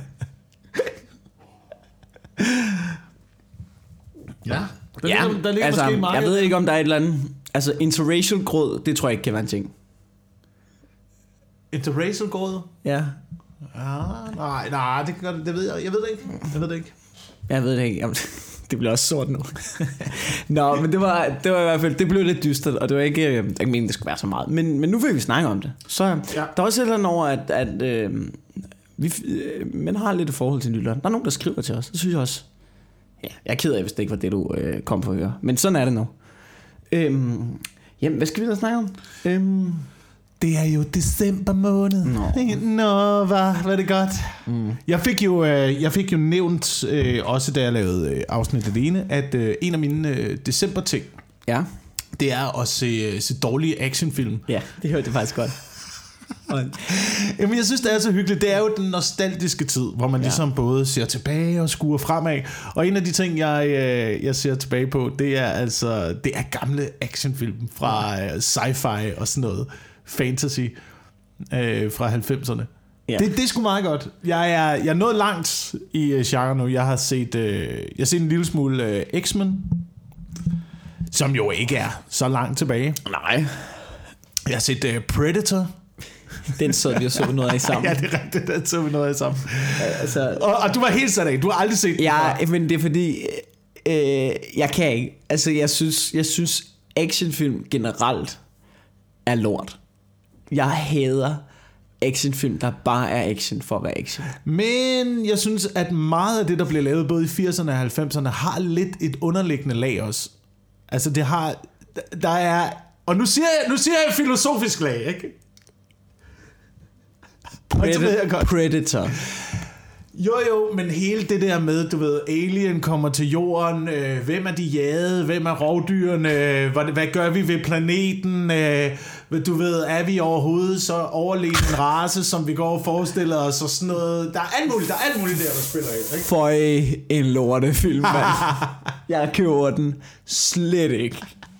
Speaker 1: ja. Der
Speaker 2: ja,
Speaker 1: ligger, der ligger
Speaker 2: altså,
Speaker 1: måske meget.
Speaker 2: Jeg ved ikke, om der er et eller andet... Altså, interracial grød, det tror jeg ikke kan være en ting.
Speaker 1: Interracial gråd?
Speaker 2: Ja.
Speaker 1: Ah, nej, nej, det, det ved jeg, jeg ved det ikke. Jeg ved det ikke.
Speaker 2: Jeg ved det ikke. Det bliver også sort nu. Nå, men det var, det var i hvert fald, det blev lidt dystert, og det var ikke, jeg ikke mener, det skulle være så meget. Men, men nu vil vi snakke om det. Så ja. Der er også et eller andet over, at, at øh, vi, øh, man har lidt et forhold til Nylund. Der er nogen, der skriver til os. Det synes jeg også. Ja, jeg er ked af, hvis det ikke var det, du øh, kom for at høre. Men sådan er det nu. Øhm, jamen, hvad skal vi da snakke om? Øhm,
Speaker 1: Det er jo december måned.
Speaker 2: Nå,
Speaker 1: Nå var, var det godt. Mm. Jeg fik jo, øh, jeg fik jo nævnt, øh, også da jeg lavede øh, afsnittet alene, at øh, en af mine øh, december-ting,
Speaker 2: ja.
Speaker 1: det er at se, se dårlige actionfilm.
Speaker 2: Ja, det hørte jeg faktisk godt.
Speaker 1: Jamen, jeg synes, det er så hyggeligt. Det er jo den nostalgiske tid, hvor man ja. ligesom både ser tilbage og skuer fremad. Og en af de ting, jeg, øh, jeg ser tilbage på, det er altså det er gamle actionfilm fra øh, sci-fi og sådan noget. Fantasy øh, fra halvfemserne. Ja. Det, det er sgu meget godt. Jeg er, jeg er nået langt i uh, genre nu. Jeg har set, øh, jeg har set en lille smule øh, X-Men, som jo ikke er så langt tilbage.
Speaker 2: Nej.
Speaker 1: Jeg har set øh, Predator.
Speaker 2: Den så vi og så noget af sammen.
Speaker 1: Ja, det er rigtigt, den så vi noget af sammen.
Speaker 2: Ja, altså,
Speaker 1: og, og du var helt sat af. Du har aldrig set den.
Speaker 2: Ja, men det er fordi øh, jeg kan ikke. Altså jeg synes, jeg synes actionfilm generelt er lort. Jeg hader actionfilm, der bare er action for at være action.
Speaker 1: Men jeg synes, at meget af det, der bliver lavet både i firserne og halvfemserne, har lidt et underliggende lag også. Altså det har, der er, og nu siger jeg, nu siger jeg filosofisk lag, ikke?
Speaker 2: Predator. Predator.
Speaker 1: Jo jo, men hele det der med, du ved, alien kommer til jorden, øh, hvem er de jade, hvem er rovdyrene, hvad, hvad gør vi ved planeten, øh, du ved, er vi overhovedet så overlegen en race, som vi går og forestiller os, og sådan noget. Der er alt muligt, der er alt muligt der, der spiller ind, ikke?
Speaker 2: Føj, en lortefilm, mand. Jeg køber den slet ikke.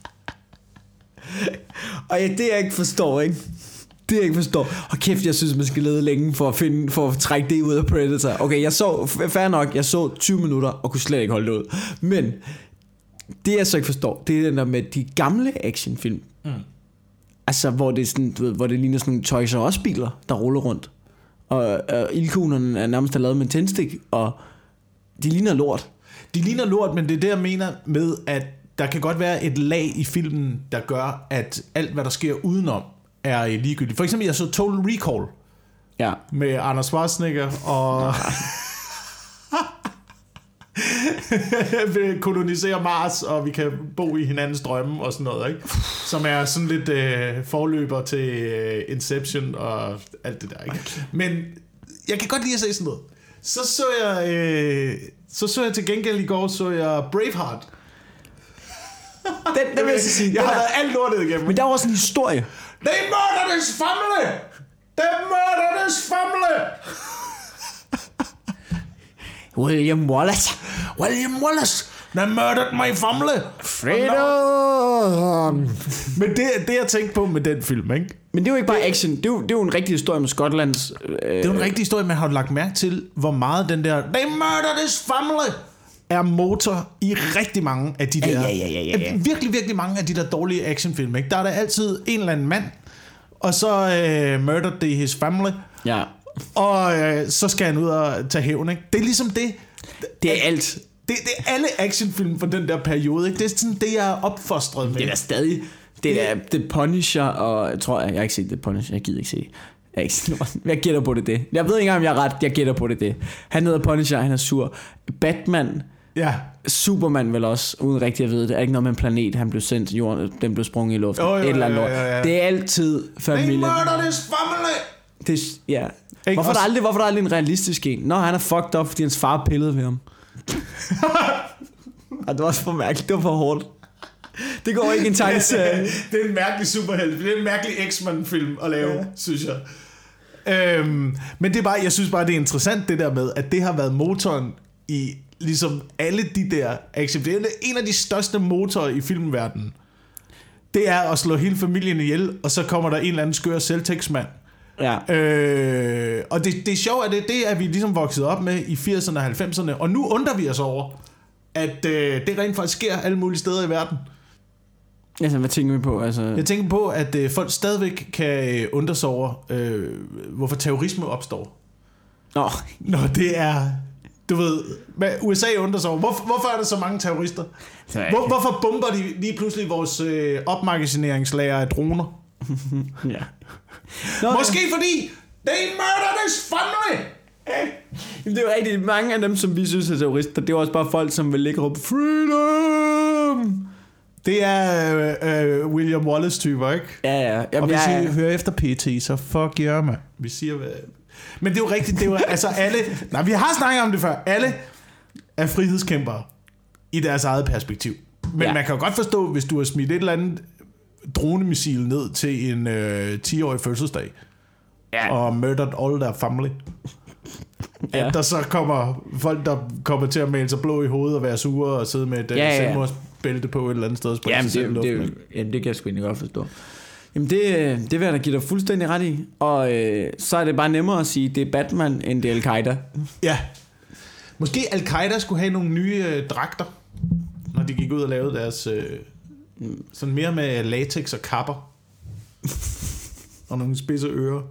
Speaker 2: Og ja, det jeg ikke forstår, ikke? Det jeg ikke forstår. Og kæft, jeg synes, man skal lede længe for at, finde, for at trække det ud af Predator. Okay, jeg så, fair nok, jeg så tyve minutter og kunne slet ikke holde det ud. Men det jeg så ikke forstår, det er den der med de gamle actionfilm. Mm. Altså, hvor det, sådan, du ved, hvor det ligner sådan nogle Toys R Us biler, der ruller rundt. Og, og ildkuglerne er nærmest lavet med en tændstik, og de ligner lort.
Speaker 1: De ligner lort, men det er det, jeg mener med, at der kan godt være et lag i filmen, der gør, at alt, hvad der sker udenom, er ligegyldigt. For eksempel, jeg så Total Recall.
Speaker 2: Ja.
Speaker 1: Med Arnold Schwarzenegger og vi koloniserer Mars, og vi kan bo i hinandens drømme og sådan noget, ikke? Som er sådan lidt øh, forløber til øh, Inception og alt det der, ikke? Men jeg kan godt lide at se sådan noget. Så så jeg øh, så så jeg til gengæld i går så jeg Braveheart.
Speaker 2: Den, den vil jeg sige.
Speaker 1: Jeg har været alt lortet igennem.
Speaker 2: Men der var også en historie.
Speaker 1: They murdered his family! They murdered his family!
Speaker 2: William Wallace.
Speaker 1: William Wallace! They murdered my family!
Speaker 2: Freedom!
Speaker 1: Men det, det jeg tænkte på med den film, ikke?
Speaker 2: Men det er jo ikke bare action. Det er jo, det er jo en rigtig historie med Skotlands... Øh...
Speaker 1: Det er jo en rigtig historie, man har jo lagt mærke til, hvor meget den der They murdered his family! Er motor i rigtig mange af de der...
Speaker 2: Ja, ja, ja, ja, ja.
Speaker 1: Virkelig, virkelig mange af de der dårlige actionfilm, ikke? Der er der altid en eller anden mand, og så uh, murdered they his family.
Speaker 2: Ja.
Speaker 1: Og uh, så skal han ud og tage hævn, ikke? Det er ligesom det.
Speaker 2: Det er alt.
Speaker 1: Det, det er alle actionfilm fra den der periode, ikke? Det er sådan det, jeg er opfostret med.
Speaker 2: Det er der stadig... Det er The Punisher, og jeg tror, jeg, jeg har ikke set The Punisher. Jeg gider ikke se jeg, ikke, jeg gætter på det det. Jeg ved ikke engang, om jeg er ret. Jeg gætter på det det. Han hedder Punisher, han er sur. Batman...
Speaker 1: Ja.
Speaker 2: Superman vel også, uden rigtig at vide det. Er ikke noget med en planet, han blev sendt til jorden, den blev sprunget i luften.
Speaker 1: Oh, jo,
Speaker 2: et eller andet
Speaker 1: jo, jo, jo.
Speaker 2: Det er altid familien.
Speaker 1: They murdered his family!
Speaker 2: Det, ja. Hvorfor er, der aldrig, hvorfor er der aldrig en realistisk en? Nå, han er fucked up, fordi hans far pillede ved ham. Og det var også for mærkeligt, det var for hårdt. Det går ikke en tegneserie.
Speaker 1: Det er en mærkelig superhelt. Det er en mærkelig X-Men-film at lave, ja. Synes jeg. Øhm, men det er bare, jeg synes bare, det er interessant det der med, at det har været motoren i ligesom alle de der action. Det er en af de største motorer i filmverdenen. Det er at slå hele familien ihjel, og så kommer der en eller anden skør selvtægtsmand.
Speaker 2: Ja.
Speaker 1: Øh, og det, det er sjovt, at det, det er vi ligesom vokset op med i firserne og halvfemserne, og nu undrer vi os over, at øh, det rent faktisk sker alle mulige steder i verden.
Speaker 2: Altså, hvad tænker vi på? Altså...
Speaker 1: Jeg tænker på, at øh, folk stadigvæk kan undre sig over, øh, hvorfor terrorisme opstår.
Speaker 2: Nå.
Speaker 1: Nå, det er... du ved, U S A undrer sig over, hvor, hvorfor er der så mange terrorister? Hvor, hvorfor bomber de lige pludselig vores øh, opmagasineringslager af droner?
Speaker 2: Ja. Nå,
Speaker 1: Måske ja. fordi, they murdered this family!
Speaker 2: Jamen, det er jo rigtigt, mange af dem, som vi synes er terrorister, det er også bare folk, som vil ligge op freedom!
Speaker 1: Det er øh, øh, William Wallace-typer, ikke?
Speaker 2: Ja, ja. Jamen,
Speaker 1: og hvis
Speaker 2: jeg,
Speaker 1: I hører efter P T, så fuck jer, man. Vi siger, hvad... Men det er jo rigtigt, det er jo altså alle... Nej, vi har snakket om det før. Alle er frihedskæmpere i deres eget perspektiv. Men ja. man kan jo godt forstå, hvis du har smidt et eller andet dronemissil ned til en øh, ti-årig fødselsdag, ja. og murdered all their family. Ja. At der så kommer folk, der kommer til at male sig blå i hovedet og være sure og sidde med et ja, ja. selvmordsbælte på et eller andet sted.
Speaker 2: Jamen det, det, det, jamen, det kan jeg sgu ikke godt forstå. Jamen det, det vil jeg da give dig fuldstændig ret i. Og øh, så er det bare nemmere at sige, det er Batman, end det er Al-Qaida.
Speaker 1: Ja. Måske Al-Qaida skulle have nogle nye øh, dragter, når de gik ud og lavede deres... Øh, sådan mere med latex og kapper. Og nogle spidse ører.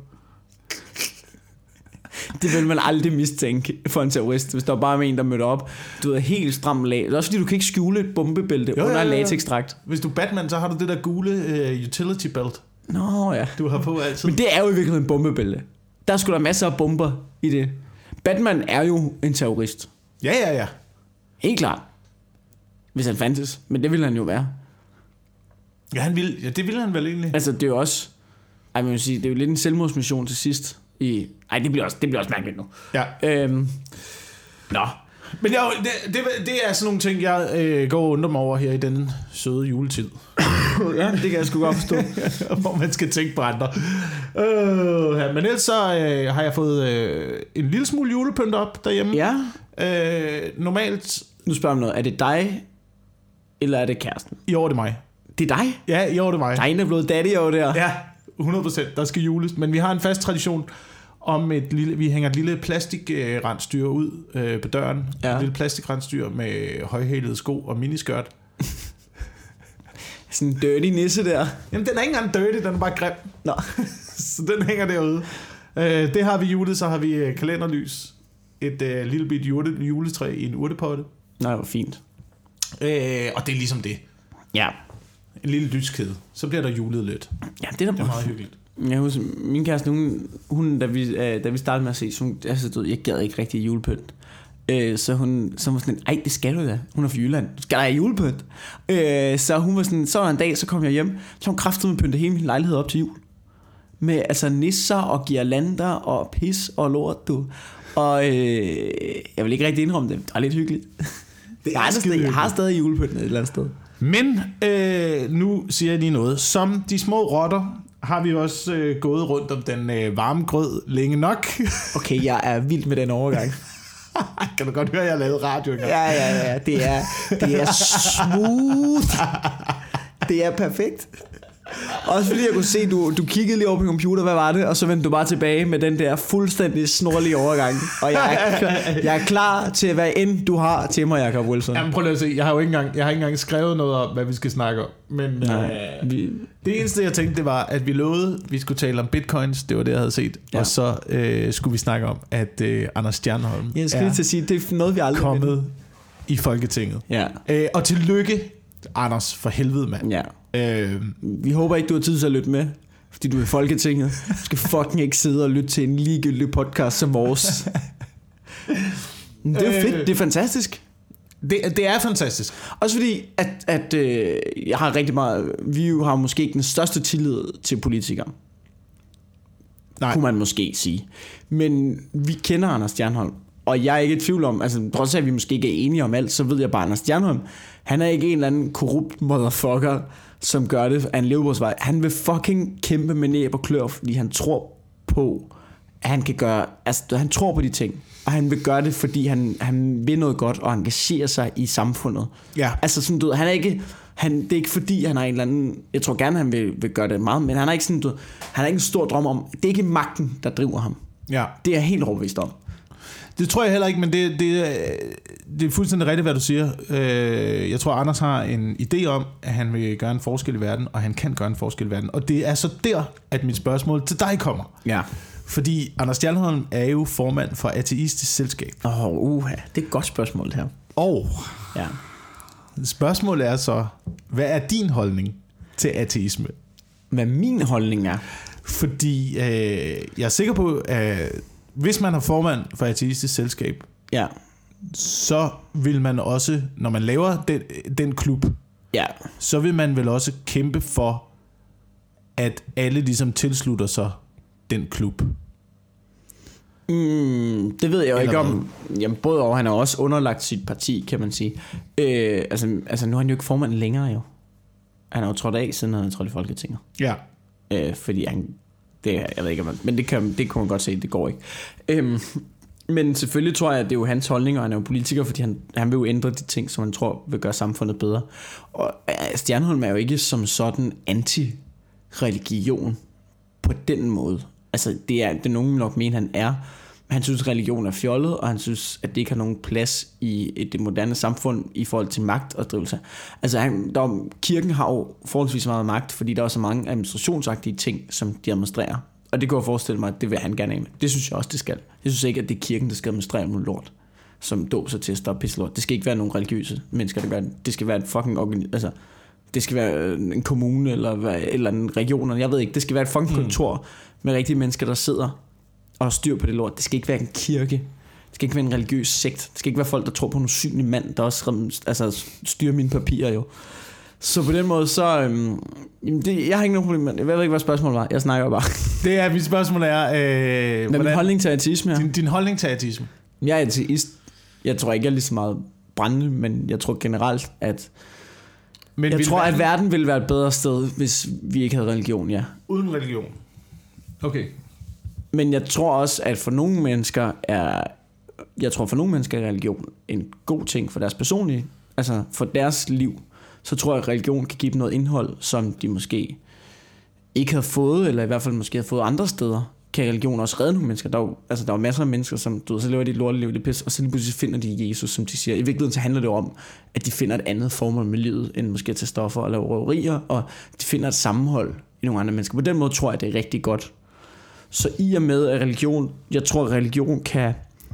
Speaker 2: Det vil man aldrig mistænke for en terrorist, hvis der er bare med en, der møder op. Du er helt stram lag. Det er også fordi, du kan ikke skjule et bombebælte jo, under ja, ja, ja. en latexdragt.
Speaker 1: Hvis du er Batman, så har du det der gule uh, utility belt.
Speaker 2: Nå ja.
Speaker 1: Du har på altid.
Speaker 2: Men det er jo i virkeligheden en bombebælte. Der er sgu da masser af bomber i det. Batman er jo en terrorist.
Speaker 1: Ja, ja, ja.
Speaker 2: Helt klart. Hvis han fandtes. Men det ville han jo være.
Speaker 1: Ja, han ville, ja det ville han vel egentlig.
Speaker 2: Altså, det er jo også... Ej, man vil sige, det er jo lidt en selvmordsmission til sidst. I, ej, det bliver også, det bliver også mærkeligt nu.
Speaker 1: Ja.
Speaker 2: Øhm, nå.
Speaker 1: Men jo, det, det, det er sådan nogle ting, jeg øh, går og undrer mig over her i den søde juletid.
Speaker 2: Ja, det kan jeg sgu godt forstå.
Speaker 1: Hvor man skal tænke på andre. Øh, ja, men ellers så øh, har jeg fået øh, en lille smule julepynt op derhjemme.
Speaker 2: Ja.
Speaker 1: Øh, normalt...
Speaker 2: Nu spørger jeg noget. Er det dig, eller er det kæresten?
Speaker 1: I år er det mig.
Speaker 2: Det er dig?
Speaker 1: Ja, i år er det mig.
Speaker 2: Der er en, der er blevet daddy over der.
Speaker 1: Ja, hundrede procent. Der skal jules. Men vi har en fast tradition om et lille... Vi hænger et lille plastikrensdyr ud øh, på døren. Ja. Et lille plastikrensdyr med højhælede sko og miniskørt.
Speaker 2: Sådan en dirty nisse der.
Speaker 1: Jamen, den er ikke engang dirty, den er bare grim.
Speaker 2: Nå.
Speaker 1: Så den hænger derude. Øh, det har vi julet, så har vi øh, kalenderlys. Et øh, lille bit jule, juletræ i en urtepotte.
Speaker 2: Nej, hvor fint.
Speaker 1: Øh, og det er ligesom det.
Speaker 2: Ja.
Speaker 1: En lille lyskæde. Så bliver der julet lidt.
Speaker 2: Ja, det er,
Speaker 1: det er meget hyggeligt.
Speaker 2: Jeg husker, min kæreste, hun, hun da, vi, da vi startede med at se, så hun, altså, jeg gad ikke rigtig julepynt. Øh, så hun så var sådan, ej, det skal du da. Hun er fra Jylland. Du skal da have julepynt. Øh, så hun var sådan, så var en dag, så kom jeg hjem. Så hun kraftede med pynte hele min lejlighed op til jul. Med altså nisser og girlander og pis og lort, du. Og øh, jeg vil ikke rigtig indrømme det. Det er lidt hyggeligt. Det er jeg, stadig, jeg har stadig julepynt et eller andet sted.
Speaker 1: Men øh, nu siger jeg lige noget. Som de små rotter har vi også øh, gået rundt om den øh, varme grød længe nok.
Speaker 2: Okay, jeg er vild med den overgang.
Speaker 1: Kan du godt høre, at jeg har lavet radio engang?
Speaker 2: Ja, ja, ja. Det er, det er smooth. Det er perfekt. Også fordi jeg kunne se, du, du kiggede lige over på computer, hvad var det? Og så vendte du bare tilbage med den der fuldstændig snorlige overgang. Og jeg er, klar, jeg er klar til, hvad end du har til mig, Jacob Wilson.
Speaker 1: Jamen prøv lige at se, jeg har jo ikke engang, jeg har ikke engang skrevet noget om, hvad vi skal snakke om. Men
Speaker 2: Nej,
Speaker 1: øh, vi... det eneste, jeg tænkte, det var, at vi lovede, at vi skulle tale om bitcoins. Det var det, jeg havde set. Ja. Og så øh, skulle vi snakke om, at øh, Anders Stjernholm
Speaker 2: jeg skal
Speaker 1: er
Speaker 2: til at sige, det er noget, vi aldrig
Speaker 1: kommet
Speaker 2: ved.
Speaker 1: i Folketinget.
Speaker 2: Ja.
Speaker 1: Øh, og tillykke, Anders, for helvede, mand.
Speaker 2: Ja.
Speaker 1: Øh,
Speaker 2: vi håber ikke, du har tid til at lytte med, fordi du er i Folketinget. Du skal fucking ikke sidde og lytte til en ligegyldig podcast som vores. Det er jo fedt, det er fantastisk.
Speaker 1: Det, det er fantastisk.
Speaker 2: Også fordi, at, at øh, jeg har rigtig meget, vi jo har måske ikke den største tillid til politikere. Nej. Kunne man måske sige. Men vi kender Anders Stjernholm, og jeg er ikke i tvivl om, altså trods at vi måske ikke er enige om alt, så ved jeg bare, Anders Stjernholm, han er ikke en eller anden korrupt motherfucker, som gør det af en levebrødsvej. Han vil fucking kæmpe med næb og klør, fordi han tror på, at han kan gøre, altså han tror på de ting, og han vil gøre det, fordi han, han vil noget godt og engagerer sig i samfundet.
Speaker 1: Ja.
Speaker 2: Altså sådan, du ved, han er ikke, han, det er ikke fordi, han har en eller anden, jeg tror gerne, han vil, vil gøre det meget, men han har ikke sådan, du ved, han har ikke en stor drøm om, det er ikke magten, der driver ham.
Speaker 1: Ja.
Speaker 2: Det er jeg helt overbevist om.
Speaker 1: Det tror jeg heller ikke, men det, det, det er fuldstændig rigtigt, hvad du siger. Jeg tror, Anders har en idé om, at han vil gøre en forskel i verden, og han kan gøre en forskel i verden. Og det er så der, at mit spørgsmål til dig kommer.
Speaker 2: Ja.
Speaker 1: Fordi Anders Stjernholm er jo formand for Ateistisk Selskab.
Speaker 2: Åh, oh, uha, det er et godt spørgsmål det her.
Speaker 1: Og
Speaker 2: ja.
Speaker 1: Spørgsmålet er så, hvad er din holdning til ateisme?
Speaker 2: Hvad min holdning er?
Speaker 1: Fordi øh, jeg er sikker på, at hvis man er formand for Ateistisk Selskab,
Speaker 2: ja.
Speaker 1: så vil man også, når man laver den, den klub,
Speaker 2: ja.
Speaker 1: så vil man vel også kæmpe for, at alle ligesom tilslutter sig den klub.
Speaker 2: Mm, det ved jeg jo
Speaker 1: Eller
Speaker 2: ikke
Speaker 1: hvad?
Speaker 2: om. Jamen, både og han har også underlagt sit parti, kan man sige. Øh, altså, altså nu er han jo ikke formand længere jo. Han har jo trådt af, siden han er trådt i Folketinget.
Speaker 1: Ja.
Speaker 2: Øh, fordi han, det, jeg ved ikke, man, men det kan, det kan man godt se, det går ikke. Øhm, men selvfølgelig tror jeg, at det er jo hans holdning, og han er jo politiker, fordi han, han vil jo ændre de ting, som han tror vil gøre samfundet bedre. Og Stjernholm er jo ikke som sådan anti-religion på den måde. Altså, det er, det er nogen nok mener, han er. Han synes, religion er fjollet, og han synes, at det ikke har nogen plads i det moderne samfund i forhold til magt og drivelse. Altså, han, der, kirken har jo forholdsvis meget magt, fordi der er så mange administrationsagtige ting, som de administrerer. Og det kan jeg forestille mig, at det vil han gerne af med. Det synes jeg også, det skal. Jeg synes ikke, at det er kirken, der skal administrere noget lort, som dåbsattester og pisselort. Det skal ikke være nogen religiøse mennesker, der gør det. Det skal være et fucking organi- altså, det skal være en kommune eller, eller en region, jeg ved ikke. Det skal være et fucking kontor mm. med rigtige mennesker, der sidder og styr på det lort. Det skal ikke være en kirke. Det skal ikke være en religiøs sekt. Det skal ikke være folk, der tror på en usynlig mand, der også altså, styrer mine papirer jo. Så på den måde, så... Øhm, det, jeg har ikke nogen problem med det. Jeg ved ikke, hvad spørgsmålet var. Jeg snakker bare.
Speaker 1: Det er, mit spørgsmål er... Øh,
Speaker 2: hvad er min holdning til ateisme?
Speaker 1: Din, din holdning til ateisme?
Speaker 2: Jeg er ateist. Jeg tror ikke, jeg er lige så meget brændende, men jeg tror generelt, at... Men jeg tror, verden... at verden ville være et bedre sted, hvis vi ikke havde religion, ja.
Speaker 1: Uden religion? Okay.
Speaker 2: Men jeg tror også, at for nogle mennesker er... Jeg tror, for nogle mennesker er religion en god ting for deres personlige... Altså for deres liv. Så tror jeg, at religion kan give dem noget indhold, som de måske ikke havde fået, eller i hvert fald måske havde fået andre steder. Kan religion også redde nogle mennesker? Der er jo, altså, der er jo masser af mennesker, som du ved, så lever de et lorteliv, det pis, og så lige pludselig finder de Jesus, som de siger. I virkeligheden så handler det om, at de finder et andet formål med livet, end måske at tage stoffer og lave røverier, og de finder et sammenhold i nogle andre mennesker. På den måde tror jeg, det er rigtig godt. Så i og med, at religion, jeg tror, at religion kan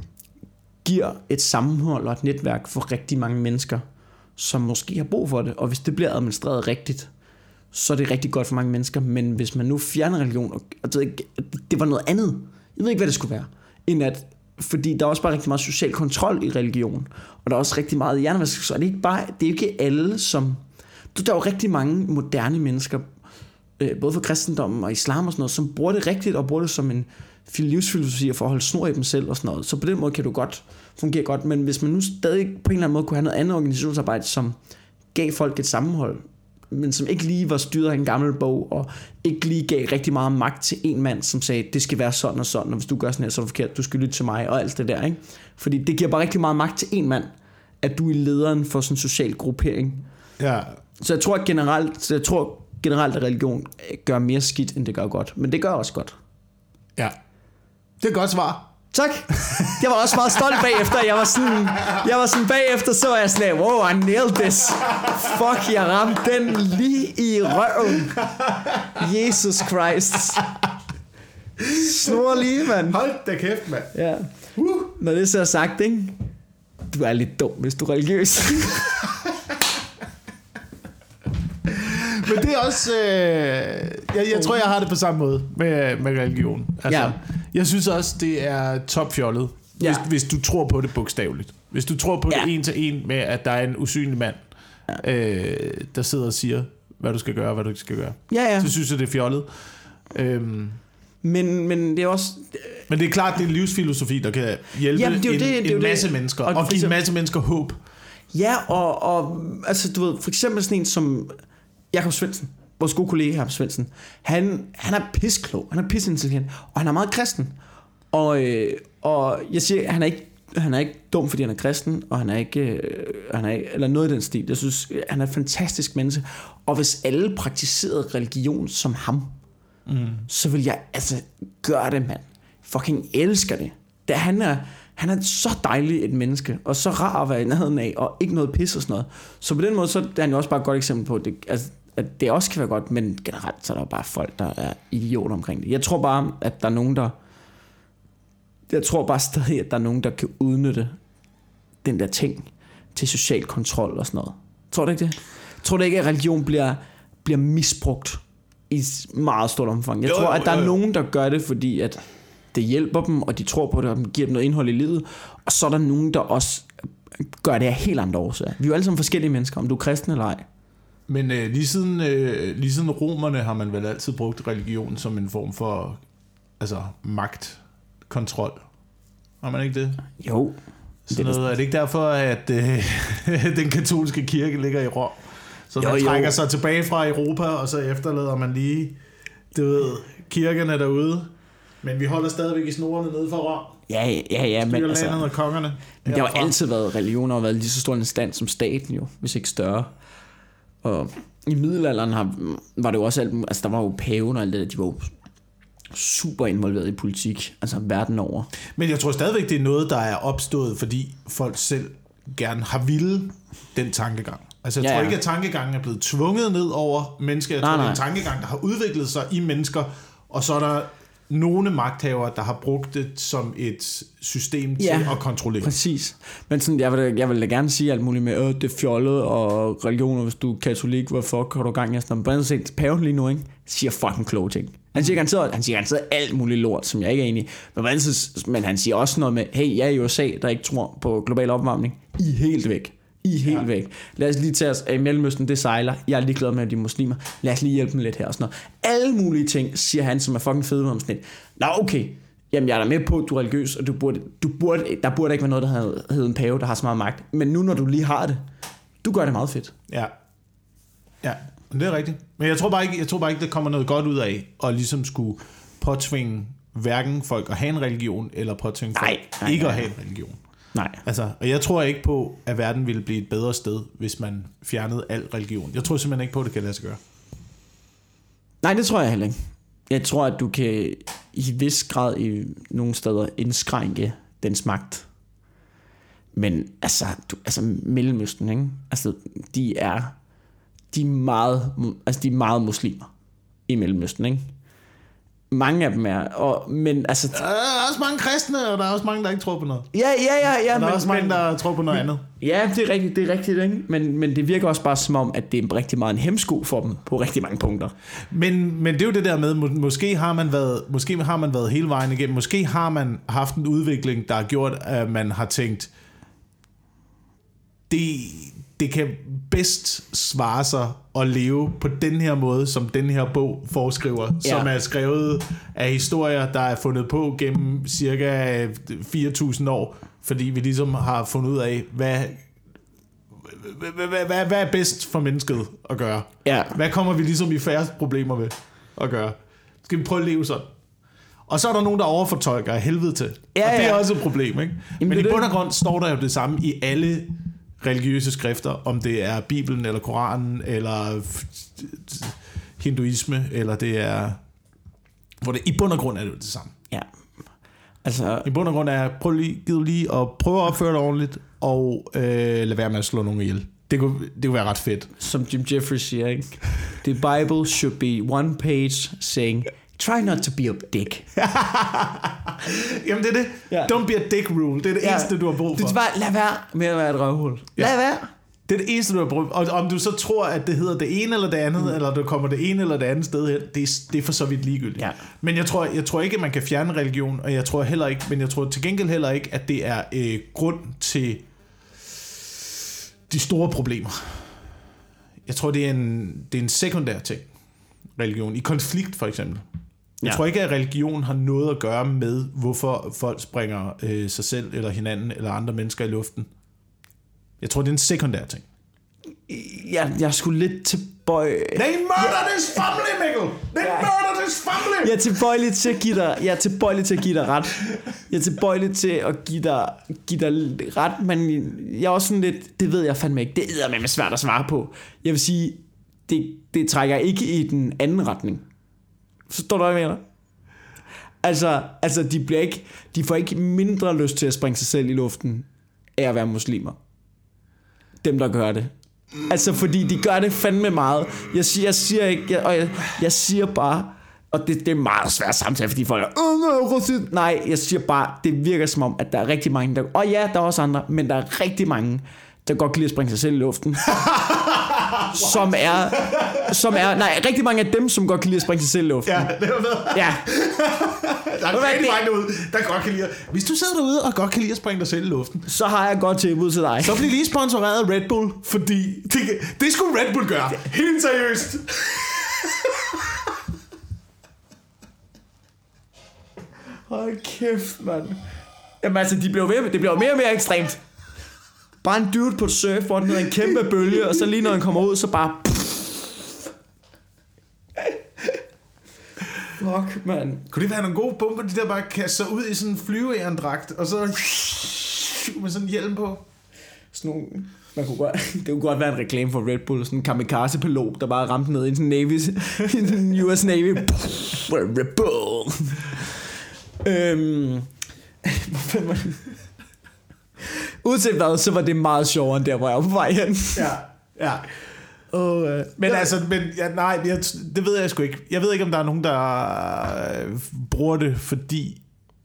Speaker 2: give et sammenhold og et netværk for rigtig mange mennesker, som måske har brug for det, og hvis det bliver administreret rigtigt, så er det rigtig godt for mange mennesker, men hvis man nu fjerner religion, og, og det, det var noget andet, jeg ved ikke, hvad det skulle være, end at, fordi der er også bare rigtig meget social kontrol i religion, og der er også rigtig meget hjernevask, så er det ikke bare, det er ikke alle, som, der er jo rigtig mange moderne mennesker, både for kristendommen og islam og sådan noget, som bruger det rigtigt, og bruger det som en livsfilosofi for at holde snor i dem selv og sådan noget, så på den måde kan du godt fungere godt, men hvis man nu stadig på en eller anden måde kunne have noget andet organisationsarbejde, som gav folk et sammenhold, men som ikke lige var styret af en gammel bog, og ikke lige gav rigtig meget magt til en mand, som sagde, det skal være sådan og sådan, og hvis du gør sådan her, så er det forkert, du skal lytte til mig, og alt det der, ikke? Fordi det giver bare rigtig meget magt til en mand, at du er lederen for sådan en social gruppering.
Speaker 1: Ja.
Speaker 2: Så jeg tror generelt, så jeg tror generelt, at religion gør mere skidt, end det gør godt, men det gør også godt.
Speaker 1: Ja. Det er et godt svar.
Speaker 2: Tak. Jeg var også meget stolt bagefter. Jeg var sådan, jeg var sådan bagefter, så var jeg sådan, wow, I nailed this. Fuck, jeg ramte den lige i røven. Jesus Christ. Snor lige, mand.
Speaker 1: Hold da kæft, mand.
Speaker 2: Ja. Uh. Når det så er sagt, ikke? Du er lidt dum, hvis du er religiøs.
Speaker 1: Men det er også... Øh, jeg, jeg tror, jeg har det på samme måde med, med religion. Altså,
Speaker 2: ja.
Speaker 1: Jeg synes også, det er topfjollet, ja. hvis, hvis du tror på det bogstaveligt. Hvis du tror på ja. det en til en med, at der er en usynlig mand, ja. øh, der sidder og siger, hvad du skal gøre og hvad du ikke skal gøre.
Speaker 2: Ja, ja.
Speaker 1: Så synes jeg, det er fjollet. Øhm,
Speaker 2: men, men det er også...
Speaker 1: Men det er klart, det er en livsfilosofi, der kan hjælpe
Speaker 2: Jamen, det er
Speaker 1: en,
Speaker 2: det, det er
Speaker 1: en masse
Speaker 2: det.
Speaker 1: mennesker,
Speaker 2: og,
Speaker 1: og give en masse mennesker håb.
Speaker 2: Ja, og, og altså, du ved, for eksempel sådan en som Jakob Svendsen, vores gode kollega Jakob Svendsen, han, han er pisklog, han er pisintelligent, og han er meget kristen. Og, øh, og jeg siger, han er ikke han er ikke dum, fordi han er kristen, og han er ikke, øh, han er ikke eller noget i den stil. Jeg synes, han er et fantastisk menneske. Og hvis alle praktiserede religion som ham, mm. så vil jeg altså gøre det, mand. Fucking elsker det. Da han er Han er så dejlig et menneske, og så rar at være i nærheden af, og ikke noget pis og sådan noget. Så på den måde, så er han jo også bare et godt eksempel på, at det, altså, at det også kan være godt, men generelt så er der jo bare folk, der er idioter omkring det. Jeg tror bare, at der er nogen, der jeg tror bare stadig, at der er nogen, der kan udnytte den der ting til social kontrol og sådan noget. Tror du ikke det? Tror du ikke, at religion bliver, bliver misbrugt i meget stort omfang? Jeg jo, tror, at der jo, jo. er nogen, der gør det, fordi at det hjælper dem, og de tror på det, og giver dem noget indhold i livet. Og så er der nogen, der også gør det af helt andre årsager. Vi er jo alle sammen forskellige mennesker, om du er kristen eller ej.
Speaker 1: Men øh, lige, siden, øh, lige siden romerne har man vel altid brugt religion som en form for altså, magtkontrol. Har man ikke det?
Speaker 2: Jo.
Speaker 1: Så noget, er det ikke derfor, at øh, den katolske kirke ligger i Rom? Så man jo, trækker jo. sig tilbage fra Europa, og så efterlader man lige du ved, kirkerne derude. Men vi holder stadigvæk i snorene nede fra Rom.
Speaker 2: Ja, ja, ja. Men,
Speaker 1: altså, og kongerne.
Speaker 2: Men det har jo altid været, religioner har været lige så stor en stand som staten jo, hvis ikke større. Og i middelalderen har, var det jo også alt, altså der var jo paven og alt det der, de var jo super involveret i politik, altså verden over.
Speaker 1: Men jeg tror stadigvæk, det er noget, der er opstået, fordi folk selv gerne har ville den tankegang. Altså jeg ja, tror ikke, at tankegangen er blevet tvunget ned over mennesker. Jeg nej, tror, nej. det er en tankegang, der har udviklet sig i mennesker, og så er der nogle magthavere, der har brugt det som et system til ja, at kontrollere.
Speaker 2: Præcis. Men sådan, jeg, vil, jeg vil da gerne sige alt muligt med, øh, det er fjollet, og religioner, hvis du er katolik, hvor fuck har du gang i sådan noget. Men set, paven lige nu, ikke, siger fucking kloge ting. Han siger garanteret, han siger garanteret alt muligt lort, som jeg ikke er enig i. Men, men han siger også noget med, hey, jeg er i U S A, der ikke tror på global opvarmning. I er helt væk. I er helt ja. væk. Lad os lige tage os af Mellemøsten, det sejler. Jeg er ligeglad med de muslimer. Lad os lige hjælpe dem lidt her og sådan noget. Alle mulige ting, siger han, som er fucking fede med om sådan et. Nå, okay. Jamen, jeg er da med på, at du er religiøs, og du burde, du burde, der burde ikke være noget, der hedder en pave, der har så meget magt. Men nu, når du lige har det, du gør det meget fedt.
Speaker 1: Ja. Ja, det er rigtigt. Men jeg tror bare ikke, jeg tror bare ikke, der kommer noget godt ud af at ligesom skulle påtvinge hverken folk at have en religion, eller påtvinge folk nej, nej, ikke nej. at have en religion.
Speaker 2: Nej.
Speaker 1: Altså, og jeg tror ikke på, at verden ville blive et bedre sted, hvis man fjernede al religion. Jeg tror simpelthen ikke på, at det kan lade sig gøre.
Speaker 2: Nej, det tror jeg heller ikke. Jeg tror, at du kan i vis grad i nogle steder indskrænke dens magt. Men altså, du, altså Mellemøsten, ikke? Altså, de er, de er meget, altså de er meget muslimer i Mellemøsten, ikke? Mange af dem er, og, men altså...
Speaker 1: Der er også mange kristne, og der er også mange, der ikke tror på noget.
Speaker 2: Ja, ja, ja. ja
Speaker 1: og der
Speaker 2: men,
Speaker 1: er også mange,
Speaker 2: men,
Speaker 1: der tror på noget andet.
Speaker 2: Ja, det er rigtigt, det er rigtigt, ikke? Men, men det virker også bare som om, at det er rigtig meget en hemsko for dem, på rigtig mange punkter.
Speaker 1: Men, men det er jo det der med, må, måske, har man været, måske har man været hele vejen igennem, måske har man haft en udvikling, der har gjort, at man har tænkt, det... det kan bedst svare sig at leve på den her måde, som den her bog foreskriver, ja. som er skrevet af historier, der er fundet på gennem cirka fire tusind år, fordi vi ligesom har fundet ud af, hvad, hvad, hvad, hvad, hvad er bedst for mennesket at gøre?
Speaker 2: Ja.
Speaker 1: Hvad kommer vi ligesom i færrest problemer ved at gøre? Skal vi prøve at leve sådan? Og så er der nogen, der overfortolker af helvede til. Ja, og det er ja. også et problem, ikke? Jamen, men i bund og grund står der jo det samme i alle religiøse skrifter, om det er Bibelen eller Koranen eller hinduisme, eller det er, hvor det i bund og grund er det det samme.
Speaker 2: Ja. Altså,
Speaker 1: i bund og grund er, prøv lige, giv lige at prøve at opføre dig ordentligt, og øh, lad være med at slå nogen ihjel. Det kunne, det kunne være ret fedt.
Speaker 2: Som Jim Jeffries siger, ikke? The Bible should be one page saying, try not to be a dick.
Speaker 1: Jamen det er det. Ja. Don't be a dick rule. Det er det ja. eneste, du har brug for.
Speaker 2: Det er bare, lad være med at være et røvhul. Ja. Lad være.
Speaker 1: Det er det eneste, du har brug for. Og om du så tror, at det hedder det ene eller det andet, mm. eller du kommer det ene eller det andet sted hen, det er, det er for så vidt ligegyldigt. Ja. Men jeg tror, jeg tror ikke, at man kan fjerne religion, og jeg tror heller ikke, men jeg tror til gengæld heller ikke, at det er øh, grund til de store problemer. Jeg tror, det er en, det er en sekundær ting. Religion. I konflikt for eksempel. Jeg ja. tror ikke, at religion har noget at gøre med, hvorfor folk springer øh, sig selv eller hinanden eller andre mennesker i luften. Jeg tror, det er en sekundær ting.
Speaker 2: Jeg, jeg skulle lidt tilbøj...
Speaker 1: They murder this family, Mikkel! They ja. murder this family!
Speaker 2: Jeg er tilbøjelig til at give dig, jeg er tilbøjelig til at give dig ret. Jeg er tilbøjelig til at give dig, give dig ret, men jeg er også sådan lidt... Det ved jeg fandme ikke. Det er med svært at svare på. Jeg vil sige, det, det trækker ikke i den anden retning. Forstår du, hvad jeg mener? Altså, altså de, bliver ikke, de får ikke mindre lyst til at springe sig selv i luften af at være muslimer. Dem, der gør det. Altså, fordi de gør det fandme meget. Jeg siger, jeg siger ikke, jeg, og jeg, jeg siger bare, Og det, det er meget svært samtale, fordi folk er, nej, jeg siger bare, det virker som om, at der er rigtig mange, der, og ja, der er også andre, men der er rigtig mange, der godt kan lide at springe sig selv i luften. som er, som er, nej, rigtig mange af dem, som godt kan lide at springe sig selv i luften.
Speaker 1: Ja, det var det.
Speaker 2: Ja.
Speaker 1: Der er rigtig mange derude, der godt kan lide at, hvis du sidder derude og godt kan lide at springe dig selv i luften,
Speaker 2: så har jeg godt tilbud til dig.
Speaker 1: Så bliver lige sponsoreret af Red Bull, fordi det, det skulle Red Bull gøre. Helt seriøst.
Speaker 2: Hold kæft, mand. Jamen altså, de bliver ved, det bliver mere og mere ekstremt. Bare en dude på et surfboard med en kæmpe bølge, og så lige når han kommer ud, så bare... Fuck, mand.
Speaker 1: Kunne det være nogle gode bomber, de der bare kaster sig ud i sådan en flyveærendragt, og så med sådan en hjelm på?
Speaker 2: Sådan nogle... Man kunne godt, det kunne godt være en reklame for Red Bull, sådan en kamikaze-pilot, der bare ramte ned i en Navy, en U S Navy. Red Bull. øhm, Uanset hvad, så var det meget sjovere end der, hvor jeg var på vej hen.
Speaker 1: Ja, ja.
Speaker 2: Og, uh,
Speaker 1: men ja. altså, men, ja, nej, jeg, det ved jeg sgu ikke. Jeg ved ikke, om der er nogen, der øh, bruger det, fordi...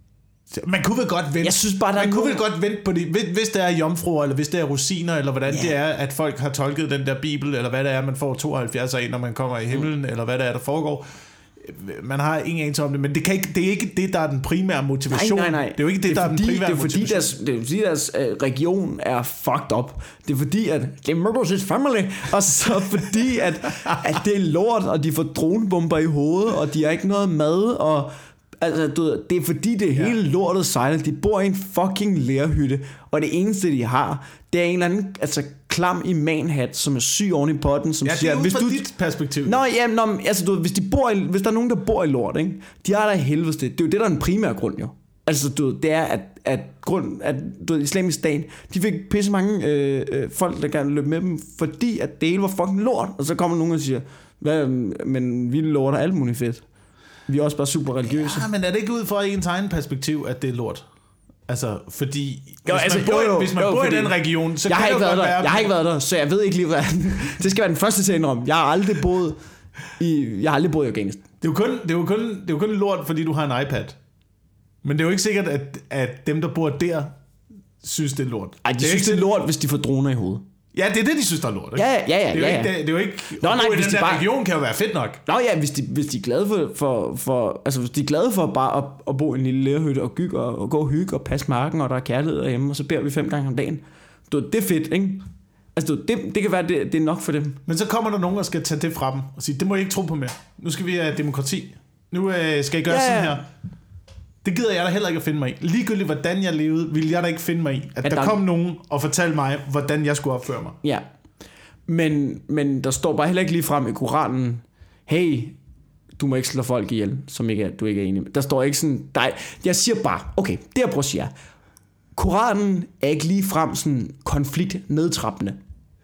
Speaker 1: Man kunne vel godt vente.
Speaker 2: Jeg synes bare, der
Speaker 1: man kunne
Speaker 2: nogen...
Speaker 1: vel godt vente på det, hvis det er jomfruer, eller hvis det er rosiner, eller hvordan yeah. det er, at folk har tolket den der bibel, eller hvad det er, man får tooghalvfjerds af, når man kommer i himlen, mm. eller hvad det er, der foregår. Man har ingen anelse om det, men det, kan ikke, det er ikke det, der er den primære motivation.
Speaker 2: Nej, nej, nej.
Speaker 1: Det er jo ikke det, det er der fordi, er den primære
Speaker 2: det er fordi
Speaker 1: motivation.
Speaker 2: Deres, det er fordi, deres uh, region er fucked up. Det er fordi, at det er Murder's family, og så fordi, at, at det er lort, og de får dronebomber i hovedet, og de har ikke noget mad, og altså, du ved, det er fordi, det er ja. hele lortet sejler. De bor i en fucking lerhytte, og det eneste, de har, det er en eller anden altså, klam imamhat, som er syg oven i potten, som
Speaker 1: ja,
Speaker 2: siger...
Speaker 1: Ja, det er
Speaker 2: hvis
Speaker 1: ud fra
Speaker 2: du...
Speaker 1: dit perspektiv.
Speaker 2: Nå, ja, nå, altså, du ved, hvis, de bor i, hvis der er nogen, der bor i lort, ikke? De har der i helvede. Det er jo det, der er den primære grund, jo. Altså, du ved, det er, at, at, grund, at du ved, Islamisk Stat, de fik pisse mange øh, øh, folk, der gerne løbe med dem, fordi at det hele var fucking lort. Og så kommer nogen og siger, hvad, men vi lorter alt muligt fedt. Vi er også bare super religiøse.
Speaker 1: Ja, men er det ikke ud fra ens egen perspektiv, at det er lort? Altså, fordi
Speaker 2: jo,
Speaker 1: hvis
Speaker 2: altså,
Speaker 1: man bor,
Speaker 2: jo, jo,
Speaker 1: hvis man
Speaker 2: jo,
Speaker 1: bor
Speaker 2: fordi,
Speaker 1: i den region, så
Speaker 2: jeg
Speaker 1: kan
Speaker 2: har
Speaker 1: det
Speaker 2: ikke
Speaker 1: jo
Speaker 2: været
Speaker 1: godt
Speaker 2: der.
Speaker 1: være...
Speaker 2: Jeg har ikke været der, så jeg ved ikke lige, hvad... Det skal være den første til at indrømme. Jeg har aldrig boet i... Jeg har aldrig boet i Afghanistan.
Speaker 1: Det er jo kun, det er jo kun, det er jo kun lort, fordi du har en iPad. Men det er jo ikke sikkert, at, at dem, der bor der, synes, det er lort.
Speaker 2: Ej, de
Speaker 1: det er
Speaker 2: synes,
Speaker 1: ikke,
Speaker 2: det er lort, hvis de får droner i hovedet.
Speaker 1: Ja, det er det, de synes, der er lort, ikke?
Speaker 2: Ja, ja, ja.
Speaker 1: Det er jo
Speaker 2: ja,
Speaker 1: ikke...
Speaker 2: ja.
Speaker 1: Det, det er jo ikke...
Speaker 2: Nå, nej,
Speaker 1: i
Speaker 2: hvis
Speaker 1: den
Speaker 2: de
Speaker 1: der
Speaker 2: bare...
Speaker 1: region kan jo være fedt nok.
Speaker 2: Nå ja, hvis de, hvis de er glade for, for, for... Altså, hvis de er glade for bare at, at bo i en lille lærhytte og, gygge, og, og gå og hygge og passe marken, og der er kærlighed derhjemme, og så beder vi fem gange om dagen. Du, det er fedt, ikke? Altså, du, det, det kan være, det, det er nok for dem.
Speaker 1: Men så kommer der nogen, der skal tage det fra dem og sige, det må I ikke tro på mere. Nu skal vi have demokrati. Nu øh, skal I gøre ja, sådan her. Det gider jeg da heller ikke at finde mig i. Ligegyldigt hvordan jeg levede, ville jeg da ikke finde mig i. At, at der, der kom nogen og fortalte mig, hvordan jeg skulle opføre mig.
Speaker 2: Ja. Men, men der står bare heller ikke lige frem i Koranen, hey, du må ikke slå folk ihjel, som ikke er, du ikke er enig med. Der står ikke sådan, der, jeg siger bare, okay, det jeg prøver at sige, Koranen er ikke lige frem sådan konflikt nedtrappende.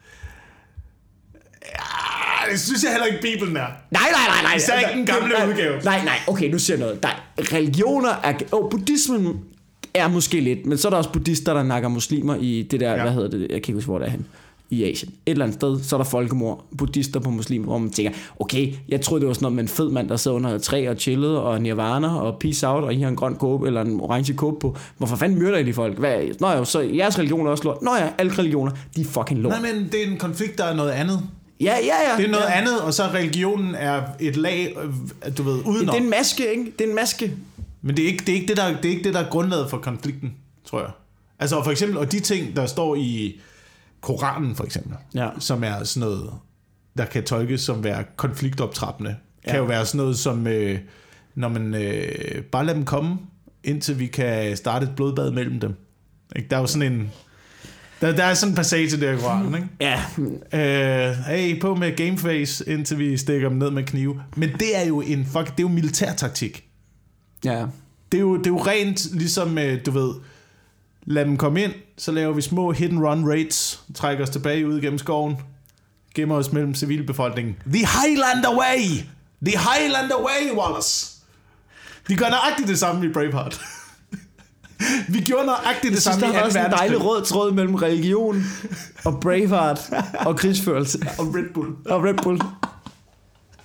Speaker 1: Ja, det synes jeg heller ikke Bibelen er.
Speaker 2: Nej, nej, nej, nej.
Speaker 1: Det er ikke den gamle
Speaker 2: nej,
Speaker 1: udgave.
Speaker 2: Nej, nej, okay, nu siger jeg noget. Der, religioner er, oh, buddhismen er måske lidt, men så er der også buddhister, der nakker muslimer i det der, ja. Hvad hedder det, jeg kan ikke huske, hvor det er hen. I Asien. Et eller andet sted, så er der folkemord, buddhister på muslimer, hvor man tænker, okay, jeg troede det var sådan noget med en fed mand, der sidder under et træ og chillede, og nirvana, og peace out, og I har en grøn kåbe, eller en orange kåbe på. Hvorfor fanden myrder I de folk? Hvad? Nå jo, så jeres religion er også lort. Nå ja, alle religioner, de er fucking lort.
Speaker 1: Nej, men det er en konflikt, der er noget andet.
Speaker 2: Ja, ja, ja.
Speaker 1: Det er noget
Speaker 2: ja.
Speaker 1: andet, og så religionen er et lag, du ved, udenom.
Speaker 2: Det er en maske, ikke? Det er en maske.
Speaker 1: Men det er ikke det, er ikke det, der, det, er ikke det, der er grundlaget for konflikten, tror jeg. Altså for eksempel, og de ting, der står i Koranen for eksempel, ja. Som er sådan noget, der kan tolkes som være konfliktoptrappende, ja. Kan jo være sådan noget som, øh, når man øh, bare lader dem komme, indtil vi kan starte et blodbad mellem dem. Ikke? Der er jo sådan en, der, der er sådan en passage der i Koranen, ikke?
Speaker 2: Ja.
Speaker 1: Øh, hey, på med gameface, indtil vi stikker dem ned med knive. Men det er jo en fuck, det er jo militærtaktik.
Speaker 2: Ja.
Speaker 1: Det er jo, det er jo rent ligesom, du ved, lad dem komme ind, så laver vi små hit and run raids, trækker os tilbage ud gennem skoven, gemmer os mellem civilbefolkningen. The Highlander Way! The Highlander Way, Wallace! De gør nøjagtigt det samme i Braveheart. Vi gjorde nøjagtigt det samme i anden verdenskrig.
Speaker 2: Der er også en dejlig rød tråd mellem religion og Braveheart og krigsførelse.
Speaker 1: Og Red Bull.
Speaker 2: Og Red Bull.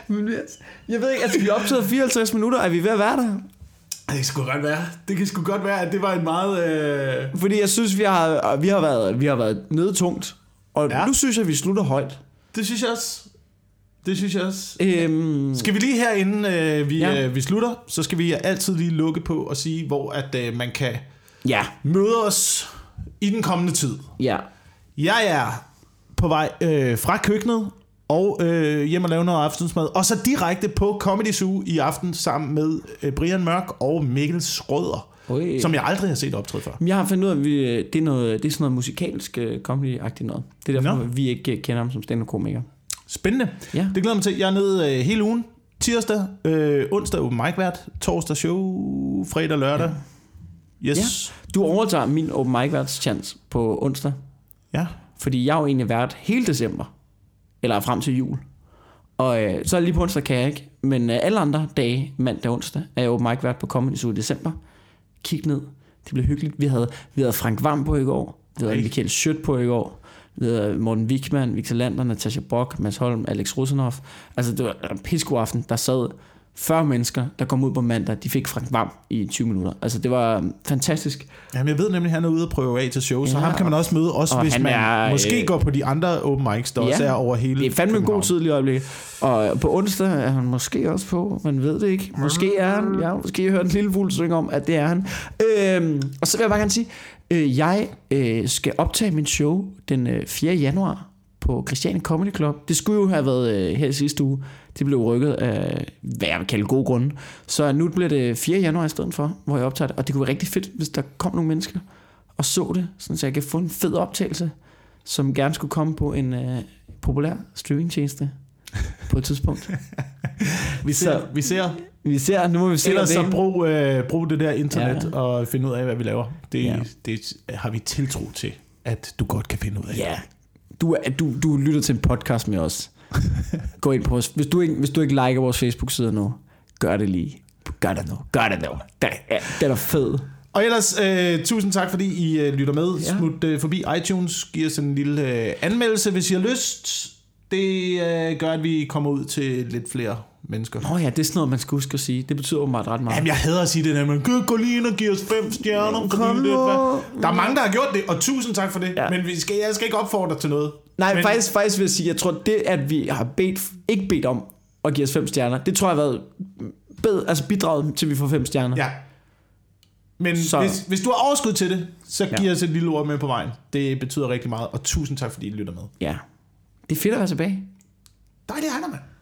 Speaker 2: Men jeg ved ikke, altså vi optaget fireoghalvtreds minutter, er vi ved at være der?
Speaker 1: Det kan sgu godt være. Det kan sgu godt være, at det var en meget... Øh...
Speaker 2: Fordi jeg synes, vi har, vi har været, vi har været nedtungt. Og
Speaker 1: ja.
Speaker 2: Nu synes jeg, at vi slutter højt.
Speaker 1: Det synes jeg også. Det synes jeg også.
Speaker 2: Øhm...
Speaker 1: Skal vi lige her, inden øh, vi,
Speaker 2: ja.
Speaker 1: øh, vi slutter, så skal vi altid lige lukke på og sige, hvor at øh, man kan
Speaker 2: ja.
Speaker 1: møde os i den kommende tid.
Speaker 2: Ja.
Speaker 1: Jeg er på vej øh, fra køkkenet og øh, hjem og lave noget aftensmad, og så direkte på Comedy Zoo i aften sammen med øh, Brian Mørk og Mikkel Schrøder, Oi. som jeg aldrig har set optræde før.
Speaker 2: Jeg har fundet ud af, at vi, det, er noget, det er sådan noget musikalsk comedy-agtigt noget. Det er derfor, no. vi ikke kender ham som stand-up-komiker.
Speaker 1: Spændende. Ja. Det glæder mig til. Jeg er nede øh, hele ugen. Tirsdag, øh, onsdag open mic vært, torsdag show, fredag, lørdag. Ja. Yes.
Speaker 2: Ja. Du overtager min open mic værts chance på onsdag.
Speaker 1: Ja.
Speaker 2: Fordi jeg er jo egentlig vært hele december. Eller frem til jul. Og øh, så lige på onsdag kan jeg ikke. Men øh, alle andre dage, mandag og onsdag, er jeg open mic vært på Comedy Zoo i december. Kig ned. Det blev hyggeligt. Vi havde, vi havde Frank Vam på i går. Vi havde Michael Schødt på i går. Vi havde Morten Wigman, Victor Lander, Natasha Brock, Mads Holm, Alex Rosenhoff. Altså det var en pissegod aften. Der sad fyrre mennesker, der kom ud på mandag. De fik Frank Vam i tyve minutter. Altså det var fantastisk.
Speaker 1: Jamen jeg ved nemlig, at han er ude at prøve af til show, ja, så ham kan man også møde, også hvis man er, måske øh, går på de andre open mics, der ja, også er over hele.
Speaker 2: Det er fandme en god tid lige øjeblik. Og på onsdag er han måske også på, man ved det ikke. Måske er han, ja, måske jeg hørt en lille fugl synge om, at det er han. Øhm, og så vil jeg bare gerne sige, øh, jeg øh, skal optage min show den øh, fjerde januar på Christiania Comedy Club. Det skulle jo have været øh, her i sidste uge. Det blev rykket af, hvad jeg vil kalde gode grunde. Så nu bliver det fjerde januar i stedet for, hvor jeg optager det. Og det kunne være rigtig fedt, hvis der kom nogle mennesker og så det, sådan så jeg kan få en fed optagelse, som gerne skulle komme på en øh, populær streamingtjeneste på et tidspunkt.
Speaker 1: vi, ser, så, vi ser.
Speaker 2: Vi ser, nu må vi se.
Speaker 1: Ellers så brug, øh, brug det der internet ja. og finde ud af, hvad vi laver. Det, ja. det har vi tiltro til, at du godt kan finde ud af.
Speaker 2: Ja. Du, du, du lytter til en podcast med os. Gå ind på os. Hvis du ikke, hvis du ikke liker vores Facebook-side nu, gør det lige. Gør det nu. Gør det nu. Det er, det er fed.
Speaker 1: Og ellers, øh, tusind tak, fordi I øh, lytter med. Ja. Smut øh, forbi iTunes. Giv os en lille øh, anmeldelse, hvis I har lyst. Det øh, gør, at vi kommer ud til lidt flere mennesker.
Speaker 2: Nå ja, det er sådan noget, man skal huske at sige. Det betyder åbenbart ret meget.
Speaker 1: Jamen, jeg hader at sige det der, men gå lige ind og giv os fem stjerner. Kom det, der er mange, der har gjort det, og tusind tak for det. Ja. Men vi skal, jeg skal ikke opfordre til noget.
Speaker 2: Nej,
Speaker 1: men...
Speaker 2: faktisk, faktisk vil jeg sige, jeg tror, det, at vi har bedt, ikke bedt om at give os fem stjerner, det tror jeg har været bed, altså bidraget til, at vi får fem stjerner.
Speaker 1: Ja. Men hvis, hvis du har overskud til det, så giv ja. os et lille ord med på vejen. Det betyder rigtig meget, og tusind tak, fordi I lytter med.
Speaker 2: Ja. Det er fedt at være tilbage.
Speaker 1: Dejligt, Heinermann.